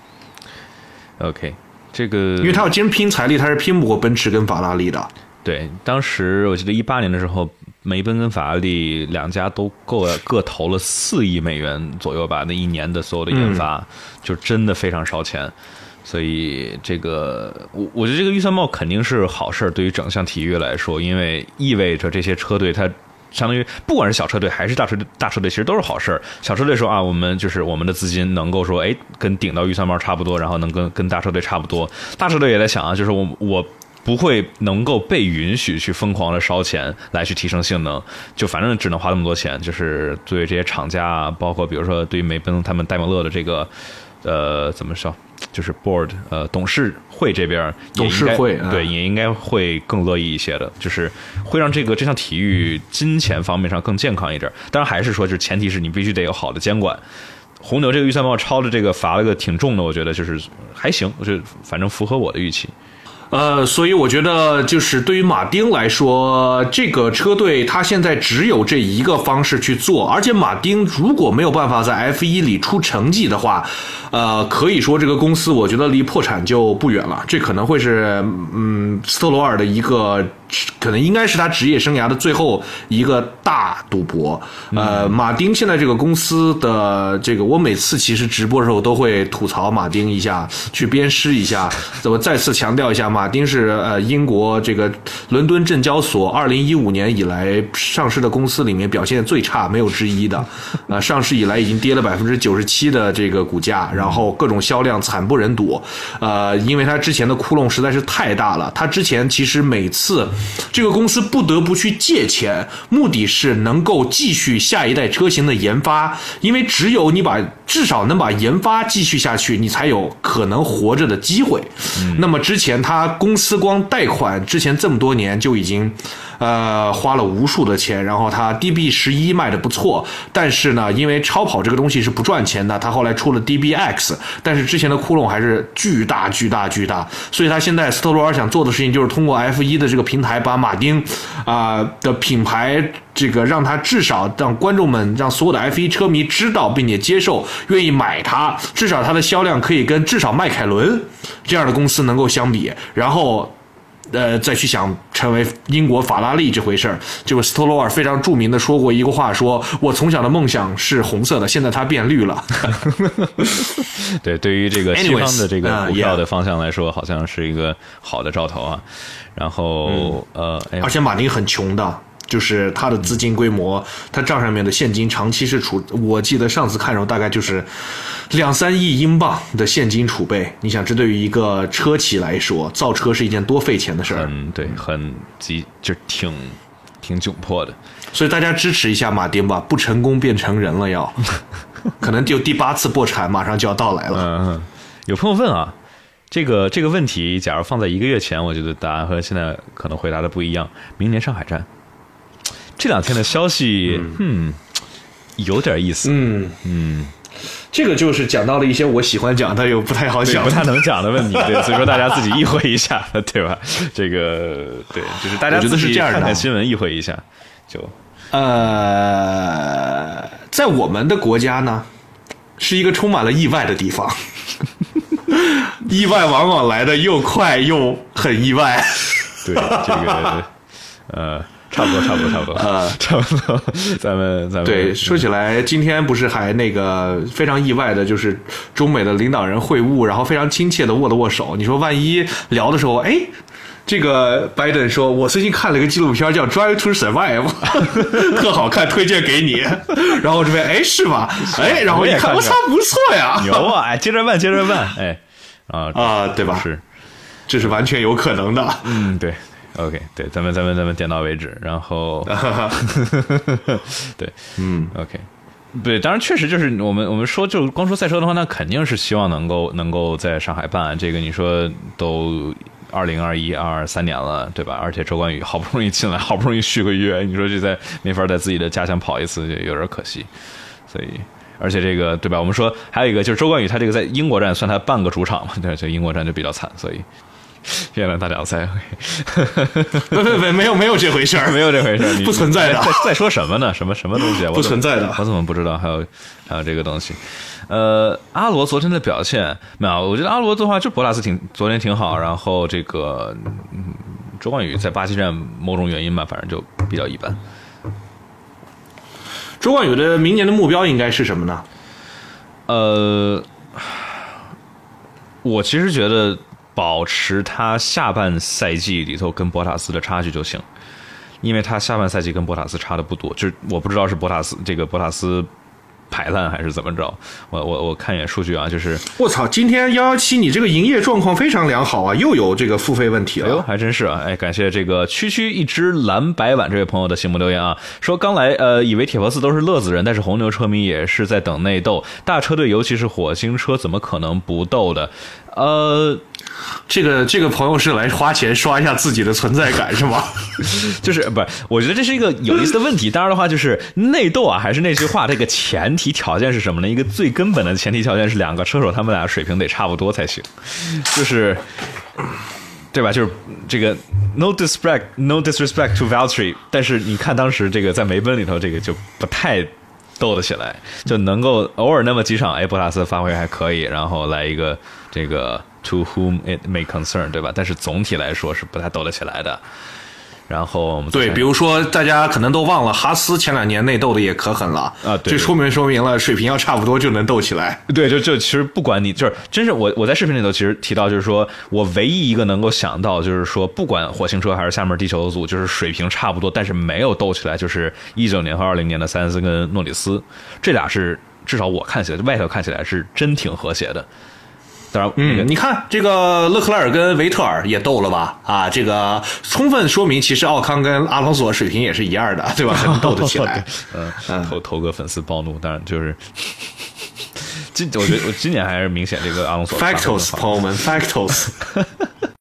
OK， 这个因为他要真拼财力，他是拼不过奔驰跟法拉利的。 对，当时我记得18年的时候，梅奔跟法拉利两家都各投了4亿美元左右吧，那一年的所有的研发，就真的非常烧钱。所以这个我觉得这个预算帽肯定是好事，对于整项体育来说，因为意味着这些车队它相当于不管是小车队还是大车队，其实都是好事儿。小车队说啊，我们就是我们的资金能够说，哎，跟顶到预算包差不多，然后能跟大车队差不多。大车队也在想啊，就是我不会能够被允许去疯狂的烧钱来去提升性能，就反正只能花那么多钱。就是对于这些厂家啊，包括比如说对于梅奔他们戴蒙勒的这个怎么说？就是 board 董事会这边董事会对也应该会更乐意一些的，就是会让这项体育金钱方面上更健康一点。当然还是说，就是前提是你必须得有好的监管。红牛这个预算包超的这个罚了个挺重的，我觉得就是还行，我觉得反正符合我的预期。 所以我觉得就是对于马丁来说，这个车队他现在只有这一个方式去做，而且马丁如果没有办法在 F1 里出成绩的话，可以说这个公司我觉得离破产就不远了。这可能会是斯特罗尔的一个，可能应该是他职业生涯的最后一个大赌博。马丁现在这个公司的这个，我每次其实直播的时候都会吐槽马丁一下，去鞭尸一下。我再次强调一下，马丁是英国这个伦敦证交所2015年以来上市的公司里面表现最差没有之一的。上市以来已经跌了97%的这个股价，然后各种销量惨不忍睹。因为他之前的窟窿实在是太大了，他之前其实每次这个公司不得不去借钱，目的是能够继续下一代车型的研发，因为只有你至少能把研发继续下去，你才有可能活着的机会。那么之前他公司光贷款之前这么多年就已经花了无数的钱，然后他 DB11 卖的不错，但是呢，因为超跑这个东西是不赚钱的，他后来出了 DBX， 但是之前的窟窿还是巨大，所以他现在斯特罗尔想做的事情就是通过 F1 的这个平台，把马丁的品牌这个让他至少让观众们让所有的 F1 车迷知道并且接受，愿意买它，至少它的销量可以跟至少迈凯伦这样的公司能够相比，然后再去想成为英国法拉利这回事儿。就是斯特罗尔非常著名的说过一个话，说我从小的梦想是红色的，现在它变绿了。 对，对于这个西方的这个股票的方向来说，好像是一个好的兆头啊。然后而且马丁很穷的。就是他的资金规模，他账上面的现金长期是我记得上次看的时候大概就是2-3亿英镑的现金储备。你想，这对于一个车企来说，造车是一件多费钱的事儿。 对，就挺窘迫的。 所以大家支持一下马丁吧，不成功变成人了要，可能就第8次破产马上就要到来了。 有朋友问啊，这个问题，假如放在1个月前，我觉得答案和现在可能回答的不一样。明年上海站。这2天的消息，有点意思。 这个就是讲到了一些我喜欢讲但又不太好讲、 不太能讲的问题，对，所以说大家自己意会一下，对吧？这个对，就是大家自己看看新闻意会一下，就在我们的国家呢，是一个充满了意外的地方，意外往往来的又快又很意外。 对，这个差不多。咱们对，说起来，今天不是还那个非常意外的，就是中美的领导人会晤，然后非常亲切的握了握手。你说万一聊的时候，哎，这个拜登说，我最近看了一个纪录片叫《Drive to Survive》，特好看，推荐给你。然后这边哎是吗？哎，然后一看，我操，不错呀， 牛啊！哎，接着办，哎， 对吧？ 是， 这是完全有可能的。 对。OK， 对，咱们点到为止，然后，对，OK， 对，当然确实就是我们说，就光说赛车的话，那肯定是希望能够在上海办。这个你说都2021、23年了，对吧？而且周冠宇好不容易进来，好不容易续个约，你说这没法在自己的家乡跑一次，有点可惜。所以，而且这个对吧？我们说还有一个就是周冠宇，他这个在英国站算他半个主场嘛，对，这英国站就比较惨，所以。越南大奖赛， 没有这回事儿， 没有这回事儿， 不存在的。 在说什么呢？什么东西？ 不存在的， 我怎么不知道？还有这个东西。阿罗昨天的表现没有？我觉得阿罗的话，就博拉斯昨天挺好，然后这个周冠宇在巴西站某种原因吧，反正就比较一般。 周冠宇的明年的目标应该是什么呢？ 我其实觉得。保持他下半赛季里头跟博塔斯的差距就行， 因为他下半赛季跟博塔斯差的不多，就是我不知道是博塔斯排烂还是怎么着，我看一眼数据啊，就是我操，今天117你这个营业状况非常良好啊，又有这个付费问题了。 哎呦，还真是啊！哎，感谢这个区区一只蓝白碗这位朋友的醒目留言啊，说刚来以为铁佛寺都是乐子人，但是红牛车迷也是在等内斗，大车队尤其是火星车怎么可能不斗的？ 这个朋友是来花钱刷一下自己的存在感是吗？ 就是不是？我觉得这是一个有意思的问题。当然的话，就是内斗啊，还是那句话，这个前提条件是什么呢？一个最根本的前提条件是两个车手他们俩水平得差不多才行，就是对吧？就是这个 no disrespect to Valtteri， 但是你看当时这个在梅奔里头，这个就不太斗得起来，就能够偶尔那么几场，哎，博塔斯发挥还可以，然后来一个这个 to whom it may concern， 对吧？但是总体来说是不太斗得起来的。然后我们对，比如说大家可能都忘了，哈斯前2年内斗的也可狠了啊，对， 这说明了水平要差不多就能斗起来。 对，就其实不管你就是真是我在视频里头其实提到，就是说我唯一一个能够想到就是说不管火星车还是下面地球组，就是水平差不多，但是没有斗起来，就是19年和20年的塞恩斯跟诺里斯，这俩是至少我看起来外头看起来是真挺和谐的。当然， 你看这个勒克莱尔跟维特尔也斗了吧？啊，这个充分说明其实奥康跟阿隆索水平也是一样的，对吧？很斗得起来。 头个粉丝暴怒，当然就是我觉得我今年还是明显这个阿隆索。 Factos， 朋友们 ，Factos。